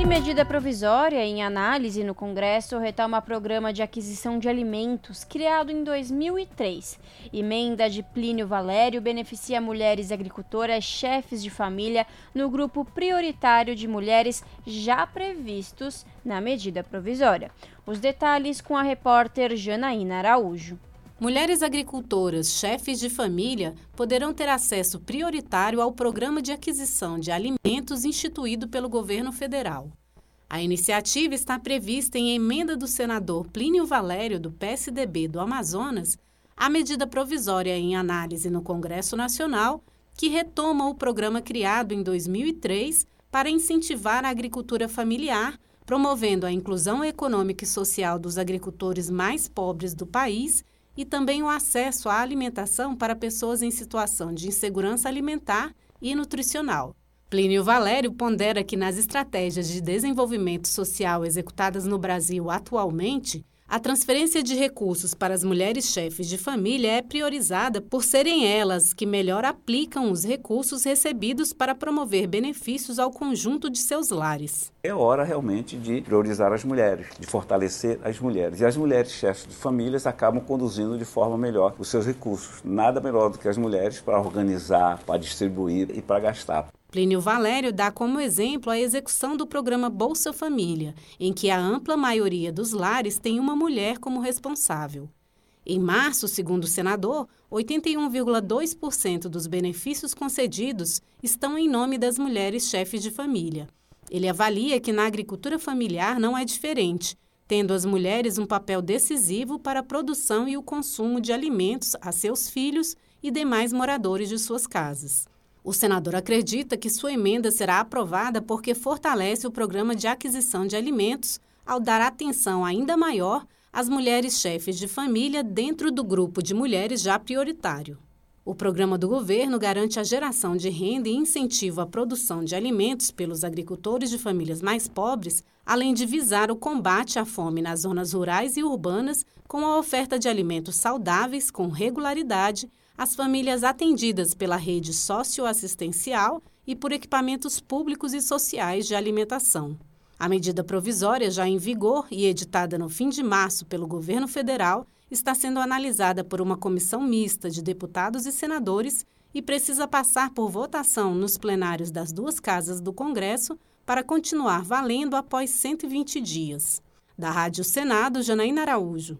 Speaker 3: E medida provisória em análise no Congresso retoma programa de aquisição de alimentos criado em dois mil e três. Emenda de Plínio Valério beneficia mulheres agricultoras, chefes de família, no grupo prioritário de mulheres já previstos na medida provisória. Os detalhes com a repórter Janaína Araújo.
Speaker 16: Mulheres agricultoras, chefes de família, poderão ter acesso prioritário ao programa de aquisição de alimentos instituído pelo governo federal. A iniciativa está prevista em emenda do senador Plínio Valério, do P S D B do Amazonas, à medida provisória em análise no Congresso Nacional, que retoma o programa criado em dois mil e três para incentivar a agricultura familiar, promovendo a inclusão econômica e social dos agricultores mais pobres do país e também o acesso à alimentação para pessoas em situação de insegurança alimentar e nutricional. Plínio Valério pondera que nas estratégias de desenvolvimento social executadas no Brasil atualmente, a transferência de recursos para as mulheres chefes de família é priorizada por serem elas que melhor aplicam os recursos recebidos para promover benefícios ao conjunto de seus lares.
Speaker 17: É hora realmente de priorizar as mulheres, de fortalecer as mulheres. E as mulheres chefes de famílias acabam conduzindo de forma melhor os seus recursos. Nada melhor do que as mulheres para organizar, para distribuir e para gastar.
Speaker 16: Plínio Valério dá como exemplo a execução do programa Bolsa Família, em que a ampla maioria dos lares tem uma mulher como responsável. Em março, segundo o senador, oitenta e um vírgula dois por cento dos benefícios concedidos estão em nome das mulheres chefes de família. Ele avalia que na agricultura familiar não é diferente, tendo as mulheres um papel decisivo para a produção e o consumo de alimentos a seus filhos e demais moradores de suas casas. O senador acredita que sua emenda será aprovada porque fortalece o programa de aquisição de alimentos ao dar atenção ainda maior às mulheres chefes de família dentro do grupo de mulheres já prioritário. O programa do governo garante a geração de renda e incentivo à produção de alimentos pelos agricultores de famílias mais pobres, além de visar o combate à fome nas zonas rurais e urbanas com a oferta de alimentos saudáveis com regularidade às famílias atendidas pela rede socioassistencial e por equipamentos públicos e sociais de alimentação. A medida provisória, já em vigor e editada no fim de março pelo governo federal, está sendo analisada por uma comissão mista de deputados e senadores e precisa passar por votação nos plenários das duas casas do Congresso para continuar valendo após cento e vinte dias. Da Rádio Senado, Janaína Araújo.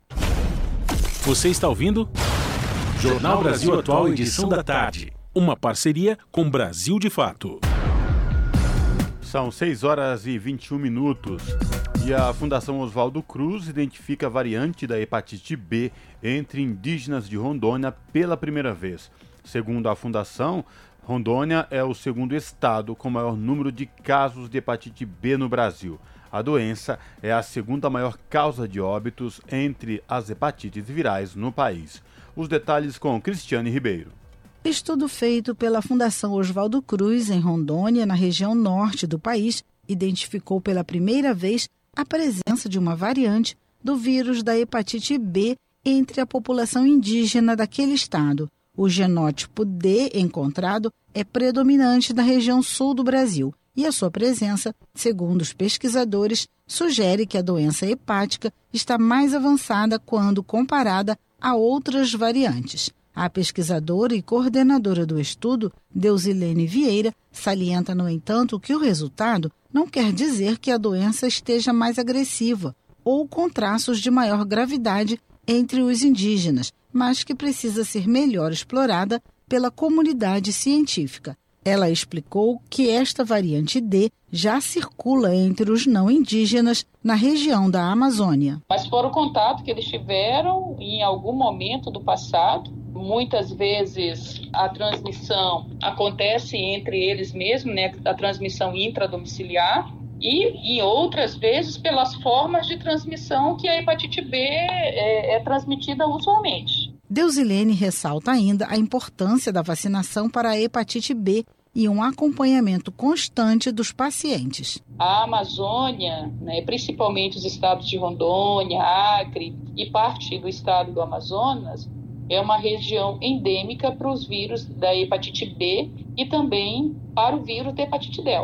Speaker 2: Você está ouvindo? Jornal Brasil Atual, edição da tarde. Uma parceria com Brasil de Fato.
Speaker 1: São seis horas e vinte e um minutos. E a Fundação Oswaldo Cruz identifica a variante da hepatite B entre indígenas de Rondônia pela primeira vez. Segundo a Fundação, Rondônia é o segundo estado com maior número de casos de hepatite B no Brasil. A doença é a segunda maior causa de óbitos entre as hepatites virais no país. Os detalhes com Cristiane Ribeiro.
Speaker 18: Estudo feito pela Fundação Oswaldo Cruz, em Rondônia, na região norte do país, identificou pela primeira vez a presença de uma variante do vírus da hepatite B entre a população indígena daquele estado. O genótipo D encontrado é predominante na região sul do Brasil e a sua presença, segundo os pesquisadores, sugere que a doença hepática está mais avançada quando comparada a outras variantes. A pesquisadora e coordenadora do estudo, Deusilene Vieira, salienta, no entanto, que o resultado não quer dizer que a doença esteja mais agressiva ou com traços de maior gravidade entre os indígenas, mas que precisa ser melhor explorada pela comunidade científica. Ela explicou que esta variante D já circula entre os não indígenas na região da Amazônia.
Speaker 19: Mas foram contatos que eles tiveram em algum momento do passado. Muitas vezes a transmissão acontece entre eles mesmos, né, a transmissão intradomiciliar, e em outras vezes pelas formas de transmissão que a hepatite B é, é transmitida usualmente.
Speaker 18: Deusilene ressalta ainda a importância da vacinação para a hepatite B e um acompanhamento constante dos pacientes.
Speaker 19: A Amazônia, né, principalmente os estados de Rondônia, Acre e parte do estado do Amazonas, é uma região endêmica para os vírus da hepatite B e também para o vírus da hepatite delta. Então,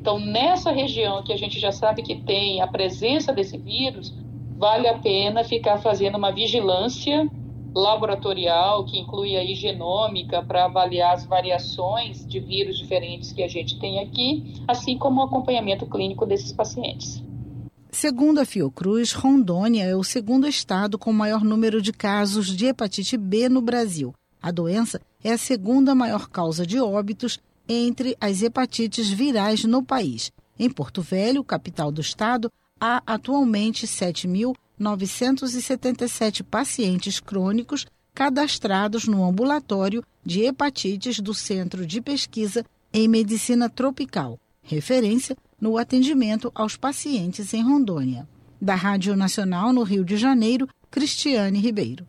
Speaker 19: Então, nessa região que a gente já sabe que tem a presença desse vírus, vale a pena ficar fazendo uma vigilância laboratorial, que inclui aí genômica, para avaliar as variações de vírus diferentes que a gente tem aqui, assim como o acompanhamento clínico desses pacientes.
Speaker 18: Segundo a Fiocruz, Rondônia é o segundo estado com maior número de casos de hepatite B no Brasil. A doença é a segunda maior causa de óbitos entre as hepatites virais no país. Em Porto Velho, capital do estado, há atualmente sete mil novecentos e setenta e sete pacientes crônicos cadastrados no ambulatório de hepatites do Centro de Pesquisa em Medicina Tropical, referência no atendimento aos pacientes em Rondônia. Da Rádio Nacional no Rio de Janeiro, Cristiane Ribeiro.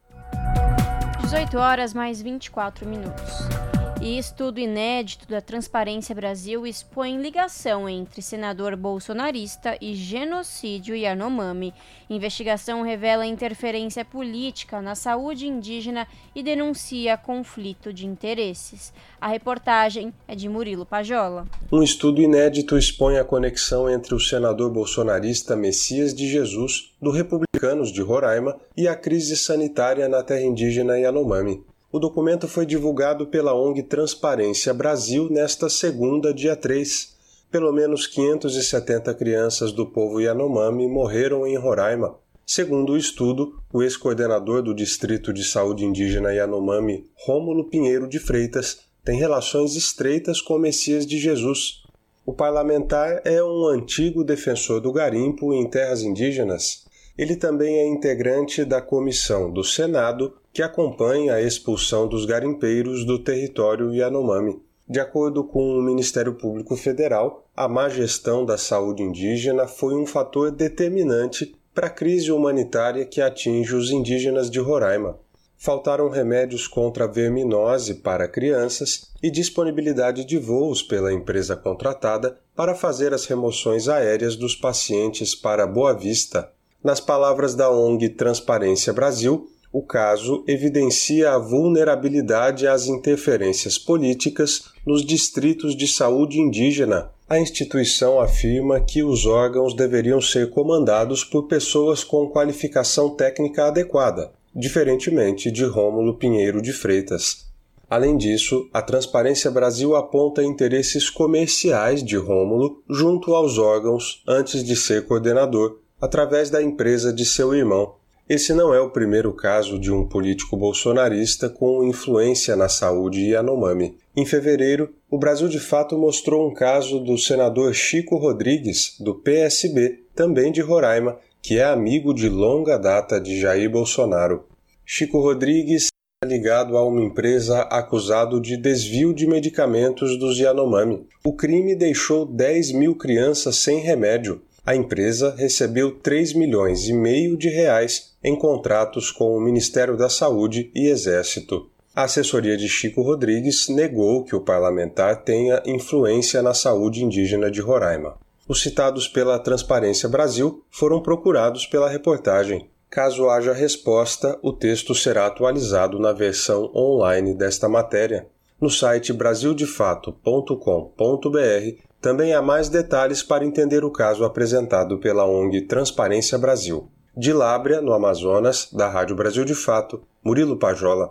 Speaker 3: dezoito horas mais vinte e quatro minutos. E estudo inédito da Transparência Brasil expõe ligação entre senador bolsonarista e genocídio Yanomami. Investigação revela interferência política na saúde indígena e denuncia conflito de interesses. A reportagem é de Murilo Pajola.
Speaker 7: Um estudo inédito expõe a conexão entre o senador bolsonarista Messias de Jesus, do Republicanos de Roraima, e a crise sanitária na terra indígena Yanomami. O documento foi divulgado pela O N G Transparência Brasil nesta segunda, dia três. Pelo menos quinhentas e setenta crianças do povo Yanomami morreram em Roraima. Segundo o estudo, o ex-coordenador do Distrito de Saúde Indígena Yanomami, Rômulo Pinheiro de Freitas, tem relações estreitas com Messias de Jesus. O parlamentar é um antigo defensor do garimpo em terras indígenas. Ele também é integrante da comissão do Senado que acompanha a expulsão dos garimpeiros do território Yanomami. De acordo com o Ministério Público Federal, a má gestão da saúde indígena foi um fator determinante para a crise humanitária que atinge os indígenas de Roraima. Faltaram remédios contra a verminose para crianças e disponibilidade de voos pela empresa contratada para fazer as remoções aéreas dos pacientes para Boa Vista. Nas palavras da O N G Transparência Brasil, o caso evidencia a vulnerabilidade às interferências políticas nos distritos de saúde indígena. A instituição afirma que os órgãos deveriam ser comandados por pessoas com qualificação técnica adequada, diferentemente de Rômulo Pinheiro de Freitas. Além disso, a Transparência Brasil aponta interesses comerciais de Rômulo junto aos órgãos antes de ser coordenador, através da empresa de seu irmão. Esse não é o primeiro caso de um político bolsonarista com influência na saúde Yanomami. Em fevereiro, o Brasil de Fato mostrou um caso do senador Chico Rodrigues, do P S B, também de Roraima, que é amigo de longa data de Jair Bolsonaro. Chico Rodrigues é ligado a uma empresa acusado de desvio de medicamentos dos Yanomami. O crime deixou dez mil crianças sem remédio. A empresa recebeu três milhões e meio de reais em contratos com o Ministério da Saúde e Exército. A assessoria de Chico Rodrigues negou que o parlamentar tenha influência na saúde indígena de Roraima. Os citados pela Transparência Brasil foram procurados pela reportagem. Caso haja resposta, o texto será atualizado na versão online desta matéria. No site brasil de fato ponto com ponto b r também há mais detalhes para entender o caso apresentado pela O N G Transparência Brasil. De Lábrea, no Amazonas, da Rádio Brasil de Fato, Murilo Pajola.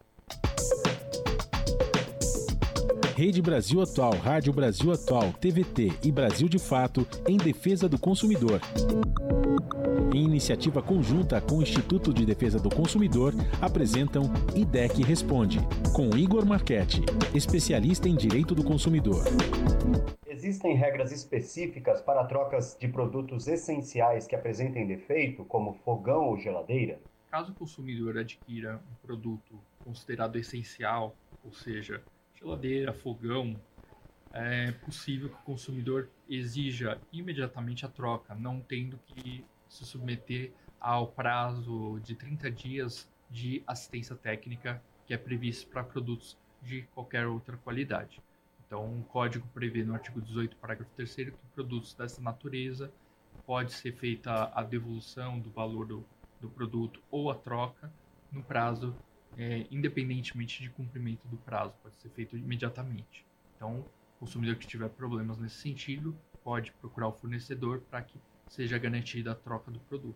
Speaker 2: Rede Brasil Atual, Rádio Brasil Atual, T V T e Brasil de Fato em defesa do consumidor. Em iniciativa conjunta com o Instituto de Defesa do Consumidor, apresentam I D E C Responde, com Igor Marchetti, especialista em direito do consumidor.
Speaker 4: Existem regras específicas para trocas de produtos essenciais que apresentem defeito, como fogão ou geladeira?
Speaker 5: Caso o consumidor adquira um produto considerado essencial, ou seja, geladeira, fogão, é possível que o consumidor exija imediatamente a troca, não tendo que se submeter ao prazo de trinta dias de assistência técnica que é previsto para produtos de qualquer outra qualidade. Então, o código prevê no artigo dezoito, parágrafo terceiro, que produtos dessa natureza pode ser feita a devolução do valor do, do produto ou a troca no prazo, é, independentemente de cumprimento do prazo, pode ser feito imediatamente. Então, o consumidor que tiver problemas nesse sentido pode procurar o fornecedor para que seja garantida a troca do produto.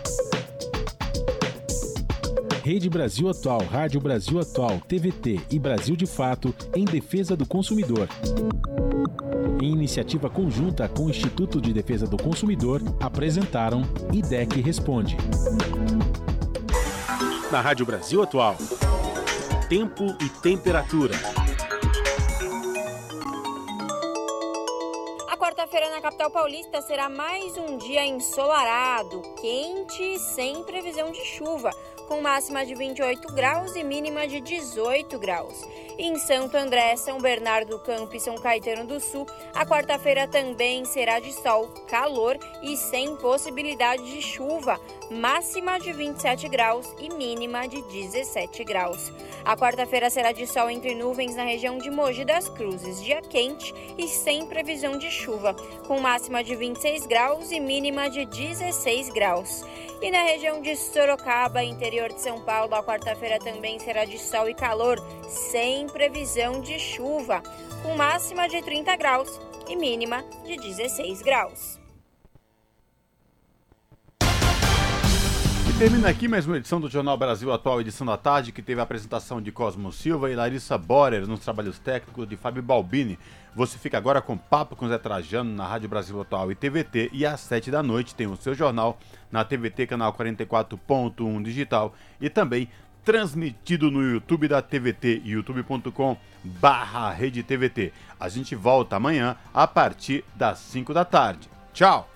Speaker 2: Rede Brasil Atual, Rádio Brasil Atual, T V T e Brasil de Fato em defesa do consumidor. Em iniciativa conjunta com o Instituto de Defesa do Consumidor, apresentaram I D E C Responde. Na Rádio Brasil Atual, tempo e temperatura.
Speaker 3: A quarta-feira na capital paulista será mais um dia ensolarado, quente e sem previsão de chuva, com máxima de vinte e oito graus e mínima de dezoito graus. Em Santo André, São Bernardo do Campo e São Caetano do Sul, a quarta-feira também será de sol, calor e sem possibilidade de chuva, máxima de vinte e sete graus e mínima de dezessete graus. A quarta-feira será de sol entre nuvens na região de Mogi das Cruzes, dia quente e sem previsão de chuva, com máxima de vinte e seis graus e mínima de dezesseis graus. E na região de Sorocaba, interior de São Paulo, a quarta-feira também será de sol e calor, sem previsão de chuva, com máxima de trinta graus e mínima de dezesseis graus.
Speaker 1: E termina aqui mais uma edição do Jornal Brasil Atual, edição da tarde, que teve a apresentação de Cosmo Silva e Larissa Borer nos trabalhos técnicos de Fábio Balbini. Você fica agora com Papo com Zé Trajano na Rádio Brasil Atual e T V T, e às sete da noite tem o seu jornal na T V T, canal quarenta e quatro ponto um digital, e também transmitido no YouTube da T V T, youtube ponto com barra rede T V T. A gente volta amanhã a partir das cinco da tarde. Tchau!